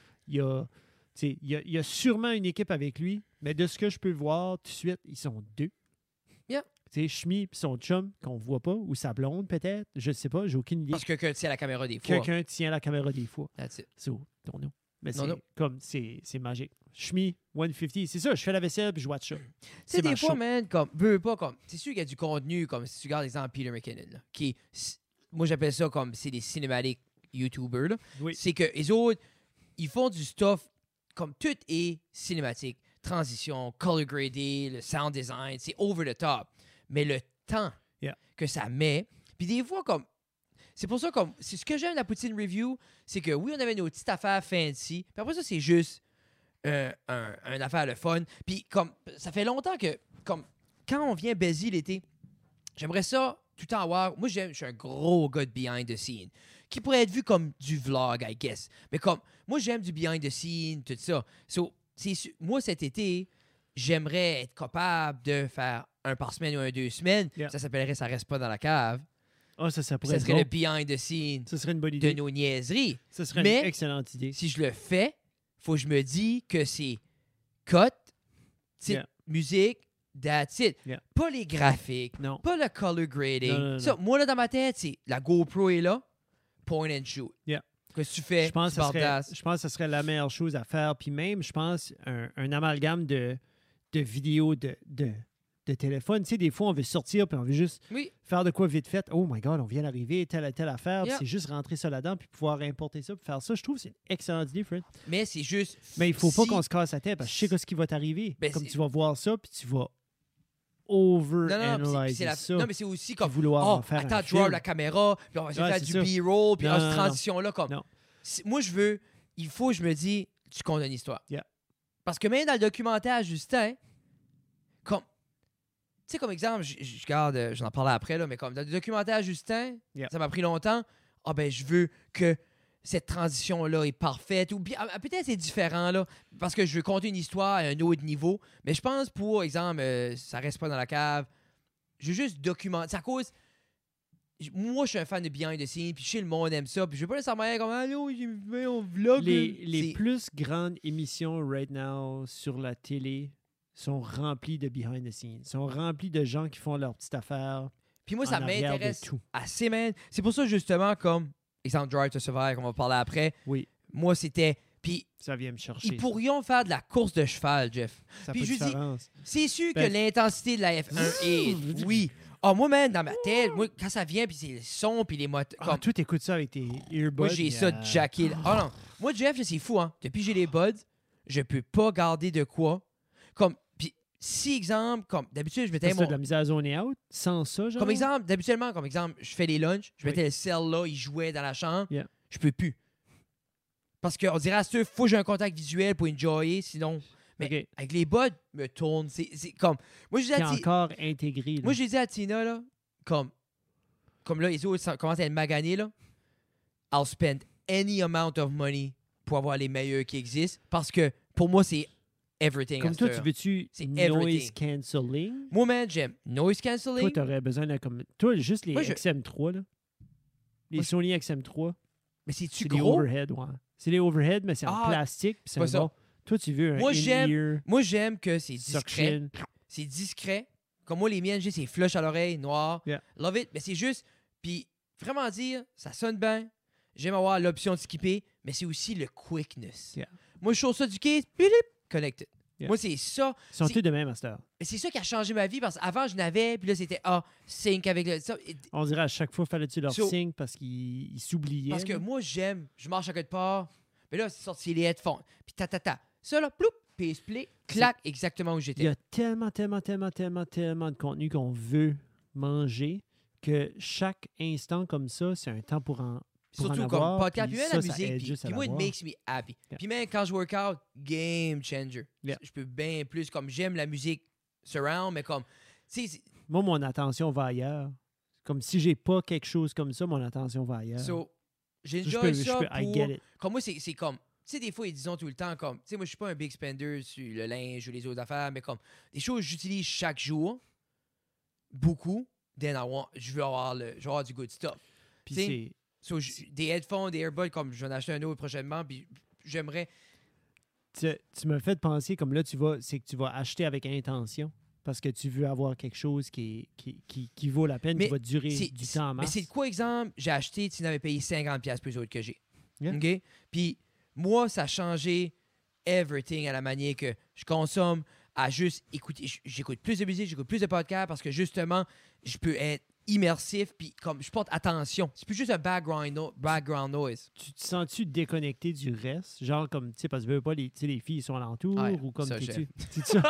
Il y a sûrement une équipe avec lui, mais de ce que je peux voir tout de suite, ils sont 2. Yeah. Tu sais, Shmi et son chum, qu'on voit pas, ou sa blonde peut-être, je sais pas, j'ai aucune idée. Parce que quelqu'un tient la caméra des fois. Quelqu'un tient la caméra des fois. That's it. So, don't know. Mais Non, c'est non. comme, c'est magique. Shmi 150, c'est ça, je fais la vaisselle puis je watch ça. Tu sais, C'est des ma fois, show. man, comme, pas comme, c'est sûr qu'il y a du contenu, comme si tu regardes l'exemple Peter McKinnon, là, qui est, moi j'appelle ça comme, c'est des cinématiques YouTubers, là. Oui. C'est que les autres, ils font du stuff, comme tout est cinématique. Transition, color gradé, le sound design, c'est over the top. Mais le temps Yeah. que ça met, puis des fois, comme, c'est pour ça, comme, c'est ce que j'aime de la Poutine Review, c'est que oui, on avait nos petites affaires fancy, puis après ça, c'est juste un affaire de fun. Puis comme, ça fait longtemps que, comme, quand on vient busy l'été, j'aimerais ça tout le temps avoir. Moi, je suis un gros gars de behind the scene, qui pourrait être vu comme du vlog, I guess. Mais comme, moi, j'aime du behind the scene, tout ça. So, moi, cet été, j'aimerais être capable de faire un par semaine ou 2 semaines. Yeah. Ça s'appellerait Ça reste pas dans la cave. Ah, ça pourrait Ça être serait drôle. le behind the scene Ça serait une bonne de idée. nos niaiseries. Ça serait Mais- une excellente idée. Si je le fais, faut que je me dise que c'est cut, Yeah. musique, that's it. Yeah. Pas les graphiques, Non. pas le color grading. Non. Ça, moi, là, dans ma tête, c'est la GoPro est là, point and shoot. Yeah. Qu'est-ce que tu fais? Je pense, Tu que bardasses. je pense que ce serait la meilleure chose à faire. Puis même, je pense, un amalgame de vidéos de téléphone. Tu sais, des fois, on veut sortir puis on veut juste Oui, faire de quoi vite fait. Oh my God, on vient d'arriver, telle affaire. Puis Yeah. c'est juste rentrer ça là-dedans puis pouvoir importer ça puis faire ça. Je trouve que c'est une excellente idée, Fred. mais c'est juste... Mais il faut pas si- qu'on se casse la tête parce que je sais ce qui va t'arriver. Ben, Comme c'est- tu vas voir ça puis tu vas Non, non, puis over-analyser c'est ça. non, mais c'est aussi puis comme... vouloir Oh, en faire attends, un draw film. la caméra, puis on va essayer de Ouais, faire c'est du ça. B-roll, puis Non, cette non, non. transition-là, comme... Non. Moi, il faut que je me dis, tu comptes une histoire. Yeah. Parce que même dans le documentaire Justin, comme... Tu sais, comme exemple, je regarde, j'en parlais après, là, mais comme dans le documentaire Justin, Yeah. ça m'a pris longtemps. Ah ben, je veux que cette transition-là est parfaite. Ou bien, peut-être c'est différent, là, parce que je veux compter une histoire à un autre niveau. Mais je pense, pour exemple, ça reste pas dans la cave. Je veux juste documenter. C'est à cause... Moi, je suis un fan de behind the scenes, puis je sais le monde aime ça, puis je veux pas nécessairement être comme « Allô, j'ai fait un vlog. » Les C'est- plus grandes émissions right now sur la télé sont remplies de behind the scenes, sont remplies de gens qui font leur petite affaire. Puis moi, ça en arrière de m'intéresse tout. assez, man. C'est pour ça, justement, comme exemple Drive to Survive, qu'on va parler après. Oui, Moi, c'était... Puis, ça vient me chercher. ils pourrions faire de la course de cheval, Jeff. Ça puis fait je dis- différence. C'est sûr Ben- que l'intensité de la F1 est... Oui. Ah, moi, man, dans ma tête, moi, quand ça vient, puis c'est le son, puis les moteurs... Ah, toi, t'écoutes ça avec tes earbuds. Moi, j'ai ça jacké. Ah non. Moi, Jeff, c'est fou, hein. Depuis que j'ai les buds, je peux pas garder de quoi. Comme, puis si, exemple, comme d'habitude, je mettais T'as mon... de la misère à zoner out sans ça, genre? Comme exemple, je fais les lunchs, je Oui. mettais le sel là, il jouait dans la chambre. Yeah. Je peux plus. Parce qu'on dirait à ce faut que j'ai un contact visuel pour enjoyer, sinon... Mais OK. avec les buds, me tourne. C'est comme... Moi, je dis Qui est à encore intégré. Là. Moi, j'ai dit à Tina, là, comme là, les autres commencent à être maganés, là, I'll spend any amount of money pour avoir les meilleurs qui existent. Parce que, pour moi, c'est everything. Comme à toi, cette tu heure. veux-tu C'est noise everything. cancelling? Moi, man, j'aime noise Toi, cancelling. t'aurais besoin de comme... Toi, juste les Moi, je- XM3, là. Les Moi, Sony XM3, Mais c'est-tu c'est des gros? overhead, ouais. C'est des overhead, mais c'est en Ah, plastique, puis c'est pas un ça. bon. Toi, tu veux un Moi, in-ear Moi, j'aime que c'est discret. suction. C'est discret. Comme moi, les miennes, j'ai c'est flush à l'oreille, noir. Yeah. Love it. Mais c'est juste... Puis, vraiment dire, ça sonne bien. J'aime avoir l'option de skipper, mais c'est aussi le quickness. Yeah. Moi, je trouve ça du case, bip, connected. Yeah. Moi, c'est ça. Ils sont C'est- tous de même à cette heure. Mais c'est ça qui a changé ma vie parce qu'avant, je n'avais, puis là, c'était sync avec le. Ça, On dirait à chaque fois, fallait-tu leur So- signe parce qu'ils s'oubliaient. parce que là. moi, j'aime, je marche à quelque part, mais là, c'est sorti les headphones, puis ta. Ça, là, ploup, puis play, clac, exactement où Il y j'étais. a tellement de contenu qu'on veut manger que chaque instant comme ça, c'est un temps pour en Surtout avoir, comme podcast, puis puis même ça, la ça musique, aide puis juste à moi, it l'avoir. makes me happy. Yeah. Puis même quand je work out, game changer. Yeah. Je peux bien plus, comme j'aime la musique surround, mais comme, tu sais, Moi, mon attention va ailleurs. Comme si j'ai pas quelque chose comme ça, mon attention va ailleurs. so, j'ai je enjoy peux, ça I pour... get it. Comme moi, c'est comme... Tu sais, des fois, ils disent tout le temps comme... Tu sais, moi, je suis pas un big spender sur le linge ou les autres affaires, mais comme des choses que j'utilise chaque jour, beaucoup, then je veux avoir du good stuff. Puis tu sais, c'est... So, des headphones, des earbuds, comme je vais en acheter un autre prochainement, puis j'aimerais... Tu me fais penser comme là, c'est que tu vas acheter avec intention parce que tu veux avoir quelque chose qui vaut la peine, Mais qui va durer c'est- du temps en Mais masse. c'est de quoi, exemple, j'ai acheté, tu n'avais payé 50$ plus autre que j'ai. Yeah. OK? Puis moi, ça a changé everything à la manière que je consomme, à juste écouter. J'écoute plus de musique, j'écoute plus de podcasts parce que justement, je peux être immersif, puis comme je porte attention. C'est plus juste un background noise. Tu te sens-tu déconnecté du reste? Genre comme, tu sais, parce que tu veux pas, les filles sont alentour Ouais, ou comme ça, t'es-tu... C'est ça?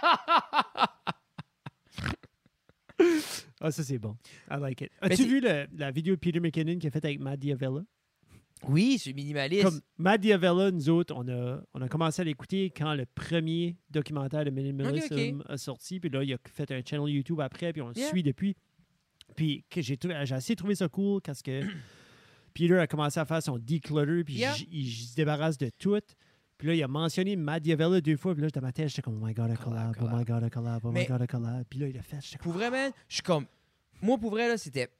Ah, ça, c'est bon. I like it. Mais As-tu c'est- vu la vidéo de Peter McKinnon qu'il a faite avec Matt Diavella? Oui, je suis minimaliste. Comme Matt Diavella, nous autres, on a commencé à l'écouter quand le premier documentaire de Minimalism Ok. a sorti. Puis là, il a fait un channel YouTube après, puis on le Yeah. suit depuis. Puis que j'ai assez trouvé ça cool parce que Peter a commencé à faire son declutter, puis Yeah. il se débarrasse de tout. Puis là, il a mentionné Matt Diavella 2 fois. Puis là, dans ma tête, j'étais comme, oh my god, a collab, oh my god, a collab, oh my Mais- god, a collab. Puis là, il a fait, j'étais comme, Pour vrai, man, je suis comme... Moi, pour vrai, là, c'était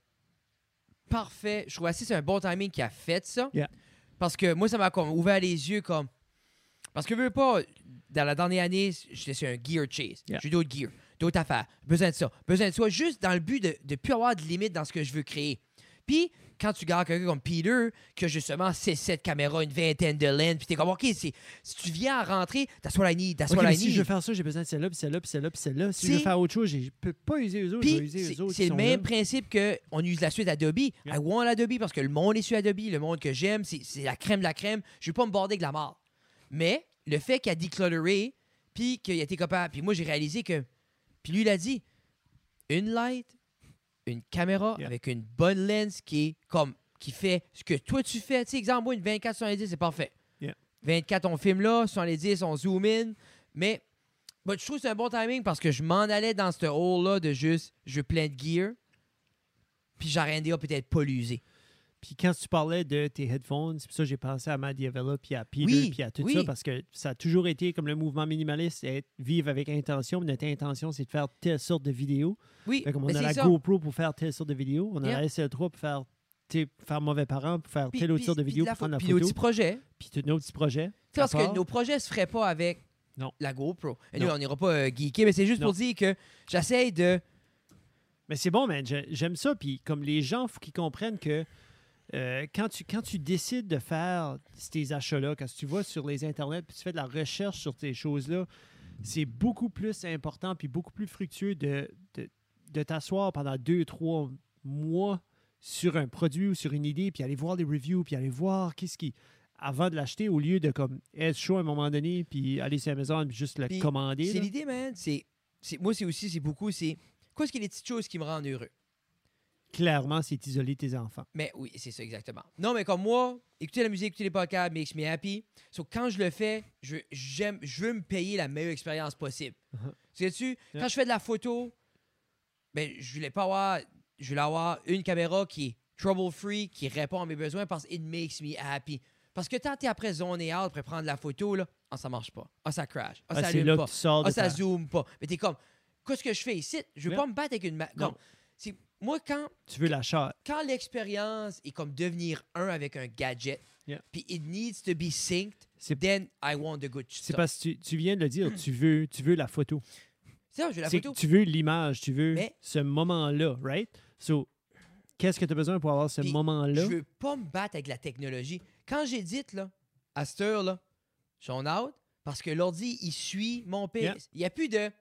parfait. Je trouve assez c'est un bon timing qui a fait ça. Yeah. Parce que moi, ça m'a comme ouvert les yeux comme... Parce que, veux pas, dans la dernière année, j'étais sur un gear chase. Yeah. J'ai d'autres gears, d'autres affaires. Besoin de ça, juste dans le but de ne plus avoir de limite dans ce que je veux créer. Puis, quand tu gardes quelqu'un comme Peter, qui a justement 7 caméras, une vingtaine de lens, puis t'es comme, OK, si tu viens à rentrer, that's what I need, that's OK, what mais I si need. je veux faire ça, j'ai besoin de celle-là, puis celle-là, puis celle-là, puis celle-là. Si je C'est- veux faire autre chose, je peux pas user eux autres, je vais Puis, user eux autres. c'est qui le sont même là. principe qu'on use la suite Adobe. Yeah. I want Adobe parce que le monde est sur Adobe, le monde que j'aime, c'est la crème de la crème. Je vais pas me border avec la mort. Mais le fait qu'il a declutteré, puis qu'il a été capable, puis moi j'ai réalisé que, puis lui il a dit, une light, une caméra Yeah. avec une bonne lens qui fait ce que toi tu fais. Tu sais, exemple, moi une 24-70, c'est parfait. Yeah. 24, on filme là, 70, on zoom in. Mais je trouve que c'est un bon timing parce que je m'en allais dans ce hole-là de juste, je veux plein de gear, puis j'aurais peut-être pas l'user. Puis quand tu parlais de tes headphones, c'est pour ça que j'ai pensé à Matt Diavella, puis à Peter, Oui, puis à tout oui. ça, parce que ça a toujours été comme le mouvement minimaliste, vivre avec intention. Mais notre intention, c'est de faire telle sorte de vidéo. Oui, Fait comme on mais a c'est la ça. GoPro pour faire telle sorte de vidéo. On a Yeah. la SL3 pour faire mauvais parent, pour faire Puis- telle autre puis- sorte de puis vidéo, la pour prendre la Puis nos photo. petits projets. Puis tous nos petits projets. Tu sais, parce à que part. nos projets se feraient pas avec Non. la GoPro. Et Non. nous, on n'ira pas geeker, mais c'est juste Non. pour dire que j'essaye de... Mais c'est bon, man. J'aime ça. Puis comme les gens, il faut qu'ils comprennent que quand tu décides de faire ces achats-là, quand tu vas sur les internets puis tu fais de la recherche sur ces choses-là, c'est beaucoup plus important puis beaucoup plus fructueux de t'asseoir pendant 2-3 mois sur un produit ou sur une idée puis aller voir les reviews puis aller voir qu'est-ce qui... avant de l'acheter au lieu de comme être chaud à un moment donné puis aller sur Amazon puis juste le Puis commander. C'est là. l'idée, man. C'est moi, c'est beaucoup, c'est quoi ce qui est les petites choses qui me rendent heureux. Clairement, c'est isoler tes enfants. Mais oui, c'est ça, exactement. Non, mais comme moi, écouter la musique, écouter les podcasts makes me happy. So, quand je le fais, je veux me payer la meilleure expérience possible. Sais-tu, quand je fais de la photo, ben, je voulais avoir une caméra qui est trouble-free, qui répond à mes besoins parce que it makes me happy. Parce que tant t'es après zoner out pour prendre la photo, là, ça marche pas. Ça crash. Ça c'est allume là pas. que tu sors de Ça zoome pas. Mais t'es comme, qu'est-ce que je fais ici? Je veux Yeah. pas me battre avec une... Non. Moi, Tu veux la shot. quand l'expérience est comme devenir un avec un gadget, Yeah. puis it needs to be synced, C'est- then I want the good C'est stuff. parce que tu viens de le dire, tu veux la photo. C'est ça, je veux la C'est photo. que tu veux l'image, tu veux Mais- ce moment-là, right? So, qu'est-ce que tu as besoin pour avoir ce Puis, moment-là? Je veux pas me battre avec la technologie. Quand j'édite, là, à cette heure-là, je suis en out parce que l'ordi, il suit mon pace. Yeah. Il n'y a plus de...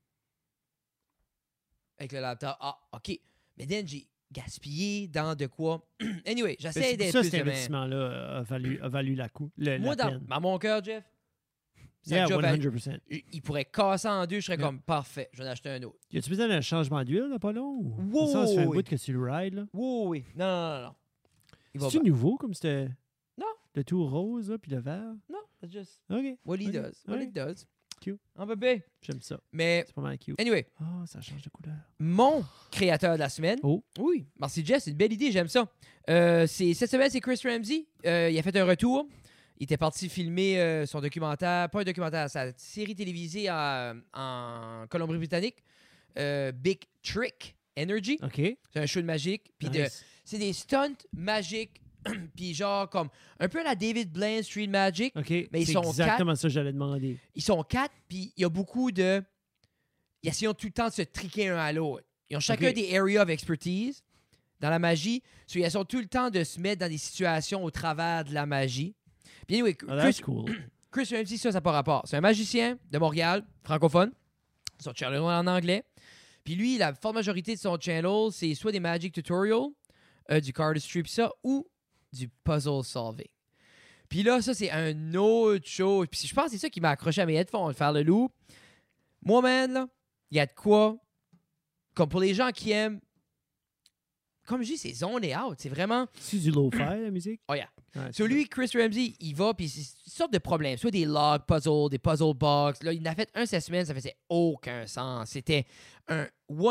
Avec le laptop. Ah, OK. Mais then, j'ai gaspillé dans de quoi. Anyway, Ben, j'essaie c'est pour d'être ça plus... cet investissement-là a valu la coup. Moi, la peine. dans mon cœur, Jeff, ça Yeah, job à- 100%. il pourrait casser en deux, je serais Yeah. comme parfait, je vais en acheter un autre. Y a-tu besoin d'un changement d'huile, là, pas long? Wow, Ça fait un oui. bout que tu le rides, là. Oui. Non. Il va C'est-tu bien. nouveau, comme c'était... Non. Le tout rose, là, puis le vert? Non, that's just OK. what he Ok. does. What Ouais. he does. Cute. Un bébé. J'aime ça. Mais, C'est pas mal cute. anyway, Ah, ça change de couleur. mon créateur de la semaine. Oh. Oui, merci Jeff, c'est une belle idée, j'aime ça. Cette semaine, c'est Chris Ramsey. Il a fait un retour. Il était parti filmer son documentaire, pas un documentaire, sa série télévisée en Colombie-Britannique, Big Trick Energy. OK. C'est un show de magique. Puis Nice. c'est des stunts magiques. Puis genre comme un peu à la David Blaine Street Magic. OK. Mais ils c'est sont exactement ça que j'allais demander. Ils sont 4, puis il y a beaucoup de... Ils essayent tout le temps de se triquer un à l'autre. Ils ont chacun Ok. des areas of expertise dans la magie. So, ils essayent tout le temps de se mettre dans des situations au travers de la magie. Puis anyway, Oh, that's cool. Chris Ramsey, ça n'a pas rapport. C'est un magicien de Montréal, francophone. Son channel est en anglais. Puis lui, la forte majorité de son channel, c'est soit des magic tutorials, du cardistry, pis ça, ou du puzzle solving. Puis là, ça, c'est un autre chose. Puis je pense que c'est ça qui m'a accroché à mes headphones, faire le loup. Moi, man, là, il y a de quoi. Comme pour les gens qui aiment. Comme je dis, c'est zone et out. C'est vraiment. C'est du low-fi, la musique? Oh, yeah. Ouais, Sur lui, Chris Ramsey, il va, puis c'est une sorte de problème. Soit des log puzzles, des puzzle box. Là, il en a fait un cette semaine, ça faisait aucun sens. C'était un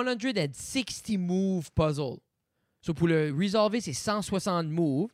160 move puzzle. So, pour le résolver, c'est 160 moves,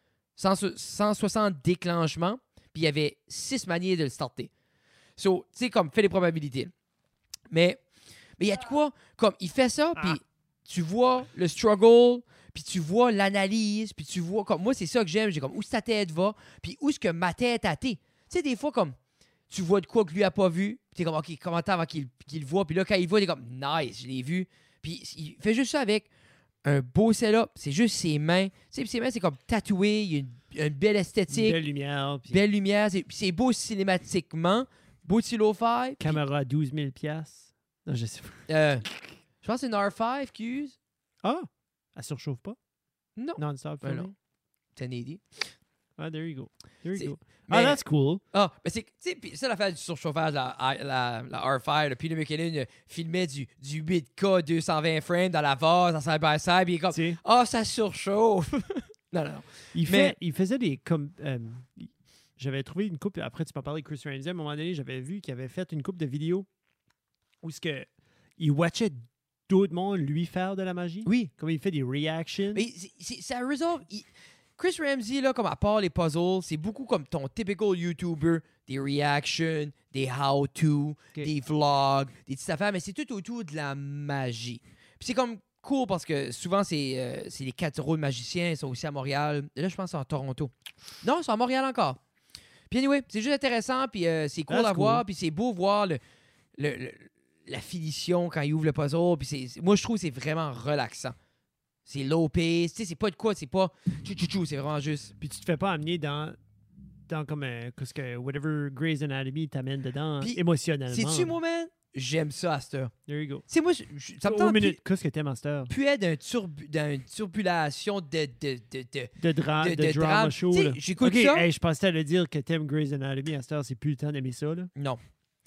160 déclenchements, puis il y avait 6 manières de le starter. So, tu sais, comme, fait les probabilités. Mais il y a de quoi, comme, il fait ça, puis tu vois le struggle, puis tu vois l'analyse, puis tu vois, comme, moi, c'est ça que j'aime, j'ai comme, où ta tête va, puis où est-ce que ma tête a été. Tu sais, des fois, comme, tu vois de quoi que lui a pas vu, puis t'es comme, OK, comment t'as avant qu'il le voit, puis là, quand il voit, t'es comme, nice, je l'ai vu. Puis il fait juste ça avec un beau setup, c'est juste ses mains. Tu sais, puis ses mains, c'est comme tatoué, il y a une belle esthétique, Belle lumière. Puis belle lumière, c'est beau cinématiquement, beau petit lo-fi. puis, caméra à 12 000 $. Non, je sais pas. je pense que c'est une R5 qu'ils usent. Ah! Elle surchauffe pas? Non. Non-stop Ben filming? non. 1080. Ah, there you go. There C'est- you go. mais- Ah, that's cool. Ah, mais c'est, tu sais, puis ça l'affaire du surchauffage, la R5, le Peter McKinnon filmait du 8K 220 frames dans la vase, en side-by-side, puis il est comme, Tu sais, ça surchauffe. non. il faisait des... comme j'avais trouvé une coupe, après tu m'as parlé de Chris Ramsey, à un moment donné, j'avais vu qu'il avait fait une coupe de vidéos où ce que il watchait d'autres mondes lui faire de la magie. Oui. Comme il fait des reactions. Mais ça résolve. Chris Ramsey, là, comme à part les puzzles, c'est beaucoup comme ton typical YouTuber, des reactions, des how-to, des vlogs, des petites affaires, mais c'est tout autour de la magie. Puis c'est comme cool parce que souvent, c'est les 4 rôles magiciens, ils sont aussi à Montréal. Et là, je pense que c'est en Toronto. Non, ils sont à Montréal encore. Puis anyway, c'est juste intéressant, puis c'est cool That's à voir, cool. puis c'est beau voir la finition quand il ouvre le puzzle. Puis moi, je trouve que c'est vraiment relaxant. C'est low pace, tu sais, c'est pas de quoi, c'est pas chou, c'est vraiment juste. Puis tu te fais pas amener dans comme qu'est-ce que whatever Grey's Anatomy t'amène dedans Puis, émotionnellement. C'est-tu, moi, man? J'aime ça à cette heure. There you go. Tu sais, moi, ça me Au tente minute, qu'est-ce que t'aimes à cette heure? puer d'une turbulation de De drama drame. show, Tu sais, là. j'écoute OK, ça. hey, je pensais à le dire que t'aimes Grey's Anatomy à cette heure, c'est plus le temps d'aimer ça, là. Non.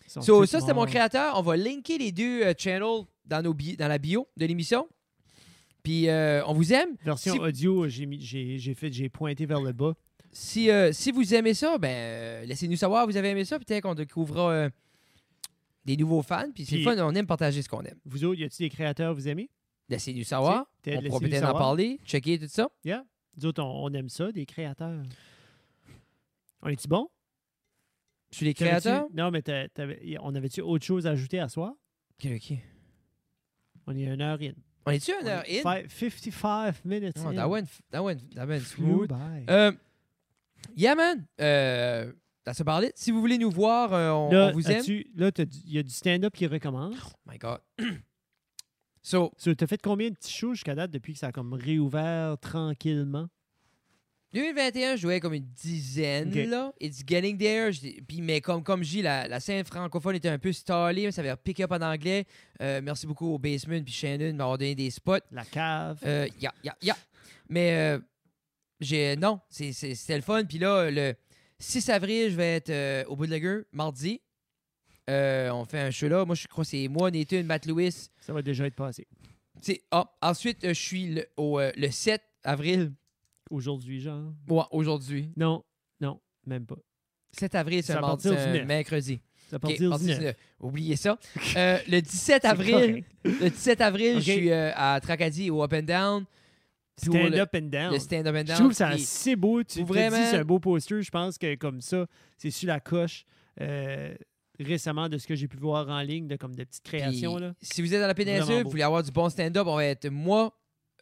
Ils sont So, tous ça, c'était mon morts. créateur. On va linker les deux channels dans la bio de l'émission. Puis, on vous aime. Version Si- audio, j'ai pointé vers le bas. Si vous aimez ça, ben laissez-nous savoir vous avez aimé ça. Peut-être qu'on découvrira des nouveaux fans. Puis c'est Puis- fun, on aime partager ce qu'on aime. Vous autres, y a-t-il des créateurs que vous aimez? Laissez-nous savoir. Peut-être On pourra laissez-nous peut-être en savoir. parler, checker tout ça. Yeah. Nous autres, on aime ça, des créateurs. On est-tu bon? Je suis les créateurs. Non, mais on avait-tu autre chose à ajouter à soir? Ok. On est 1 heure in. On est-tu une heure in? 55 minutes Oh, in. that went Flew smooth. by. Yeah, man. That's about it. Si vous voulez nous voir, Là, on vous aime. là, il y a du stand-up qui recommence. Oh my God. So, So, t'as fait combien de petits shows jusqu'à date depuis que ça a comme réouvert tranquillement? 2021, je jouais comme une dizaine, Ok. là. It's getting there. Puis, mais comme je dis, la scène francophone était un peu stallée. Mais ça avait pick up en anglais. Merci beaucoup au Basement puis Shannon de m'avoir donné des spots. La cave. Yeah. Mais non, c'était le fun. Puis là, le 6 avril, je vais être au Bootlegger, mardi. On fait un show là. Moi, je crois que c'est moi, Nathan, Matt Lewis. Ça va déjà être passé. Ensuite, je suis le 7 avril. Aujourd'hui, genre? Ouais, aujourd'hui. Non, même pas. 7 avril, c'est C'est un à mardi, partir c'est du un 9. mercredi. C'est à Ok, partir du mardi 9. 19. Oubliez ça. Le 17 C'est avril, correct. je suis à Tracadie au Up and Down. Pour Stand le- up and down. Le stand-up and Je down. trouve ça Puis- assez beau. Tu te vraiment- dis, c'est un beau poster. Je pense que comme ça, c'est sur la coche récemment de ce que j'ai pu voir en ligne, de comme de petites créations. Puis, Là. si vous êtes dans la péninsule, Vraiment vous beau. voulez avoir du bon stand-up, on va être moi,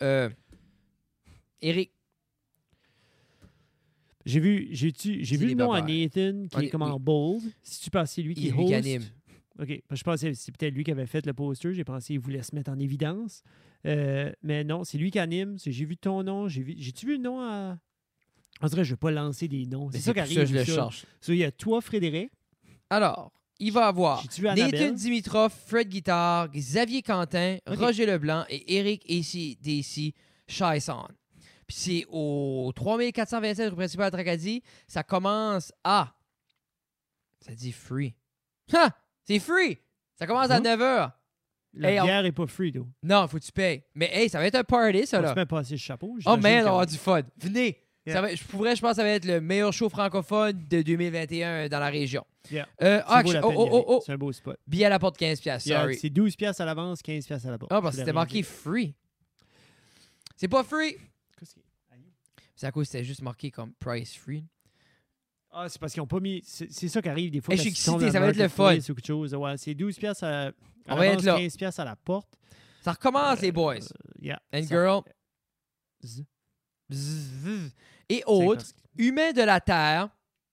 Eric. J'ai vu les le nom à babars. Nathan qui est comme en bold. Si tu penses que c'est lui qui est Lui host. qui anime. OK. Je pensais que c'est peut-être lui qui avait fait le poster. J'ai pensé qu'il voulait se mettre en évidence. Mais non, c'est lui qui anime. J'ai vu ton nom. J'ai-tu vu le nom à... On dirait que je ne vais pas lancer des noms. C'est ça qui pour arrive. je le ça. cherche. So, il y a toi, Frédéric. Alors, il va avoir J'ai-tu vu Nathan Annabelle? Dimitrov, Fred Guitare, Xavier Quentin, Ok. Roger Leblanc et Eric AC/DC Chaisson. Puis c'est au 3427 rue principale à Tracadie. Ça commence à... Ça dit free. Ha! C'est free! Ça commence à Hein? 9h. La Hey, bière n'est pas free, though. Non, faut que tu payes. Mais hey, ça va être un party, ça, On là. se met passer le chapeau. Oh j'imagine man, on que- va avoir du fun. Venez. Yeah. Je pense que ça va être le meilleur show francophone de 2021 dans la région. Yeah. Ah, Ça vaut la peine d'y aller. C'est un beau spot. billet à la porte 15$, Yeah, sorry. c'est 12 piastres à l'avance, 15 piastres à la porte. Ah, parce Je que voulais c'était rien marqué dire. free. C'est pas free. Qu'est-ce qui- C'est à cause que c'était juste marqué comme price free. Ah, c'est parce qu'ils n'ont pas mis... C'est ça qui arrive des fois. Hey, je quand suis tu tombes excité, dans ça va être le fun. Marketplace ou quelque chose. Ouais, c'est 12 piastres à On va l'avance, être là. 15 piastres à la porte. Ça recommence, les boys. Yeah. And Ça- girl. Z- Bzzz. Et autres, c'est- humains de la Terre.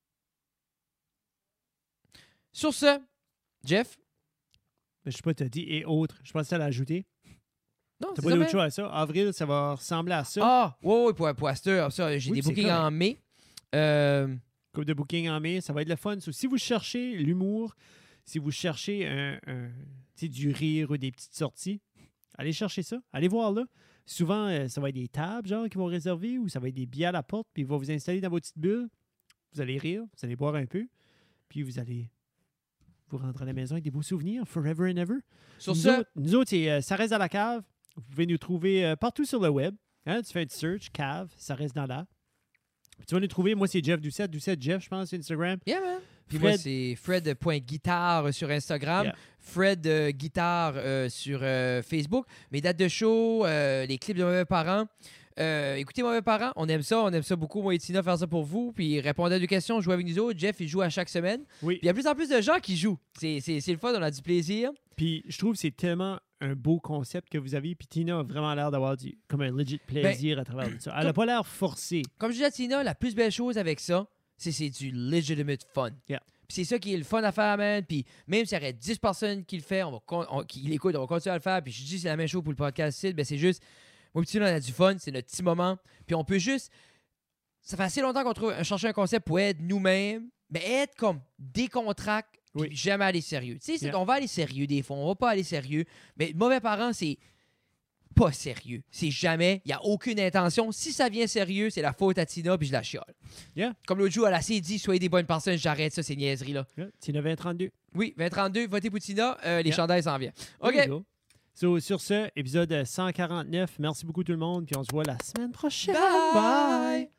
Sur ce, Jeff. Je sais pas, t'as dit et autres. Je pense que tu l'as ajouté. Non, T'as c'est pas ça, d'autre man. choix à ça. Avril, ça va ressembler à ça. Ah, ouais, pour Astor. Ça, j'ai Oui, des c'est bookings correct. en mai. Coupe de booking en mai, ça va être le fun. So, si vous cherchez l'humour, si vous cherchez tu sais, du rire ou des petites sorties, allez chercher ça. Allez voir là. Souvent, ça va être des tables genre qui vont réserver ou ça va être des billets à la porte, puis ils vont vous installer dans votre petite bulle. Vous allez rire, vous allez boire un peu, puis vous allez vous rentrer à la maison avec des beaux souvenirs, forever and ever. Sur ce, Nous autres, c'est Ça reste dans la cave. Vous pouvez nous trouver partout sur le web. Hein, tu fais un search, cave, ça reste dans là. Puis tu vas nous trouver, moi c'est Jeff Doucette, Jeff, je pense, sur Instagram. yeah, man. Puis Fred- moi, c'est Fred.guitare sur Instagram. Yeah. Fred Guitare sur Facebook. Mes dates de show, les clips de Mauvais Parents. Écoutez, Mauvais Parents, on aime ça beaucoup. Moi et Tina, faire ça pour vous. Puis répondre à des questions, jouer avec nous autres. Jeff, il joue à chaque semaine. Oui. Puis il y a plus en plus de gens qui jouent. C'est le fun, on a du plaisir. Puis je trouve que c'est tellement un beau concept que vous avez. Puis Tina a vraiment l'air d'avoir comme un legit plaisir à travers ça. Elle n'a pas l'air forcée. Comme je dis à Tina, la plus belle chose avec ça, c'est du legitimate fun. Yeah. Puis c'est ça qui est le fun à faire, man. Puis même s'il y aurait 10 personnes qui le font, qui l'écoutent, on va continuer à le faire. Puis je dis c'est la même chose pour le podcast ici, ben c'est juste, moi et Tina, on a du fun, c'est notre petit moment. Puis on peut juste, ça fait assez longtemps qu'on cherche un concept pour être nous-mêmes, mais être comme décontracté, puis Oui. jamais aller sérieux. Tu sais, Yeah. on va aller sérieux des fois, on va pas aller sérieux. Mais Mauvais Parents, c'est pas sérieux. C'est jamais, il n'y a aucune intention. Si ça vient sérieux, c'est la faute à Tina, puis je la chiale. Yeah. Comme l'autre jour, elle a assez dit, soyez des bonnes personnes, j'arrête ça, ces niaiseries-là. Yeah, Tina 2032. Oui, 2032, votez Poutina. Les Yeah. chandails s'en viennent. There you OK. go. So, sur ce, épisode 149. Merci beaucoup tout le monde, puis on se voit la semaine prochaine. Bye.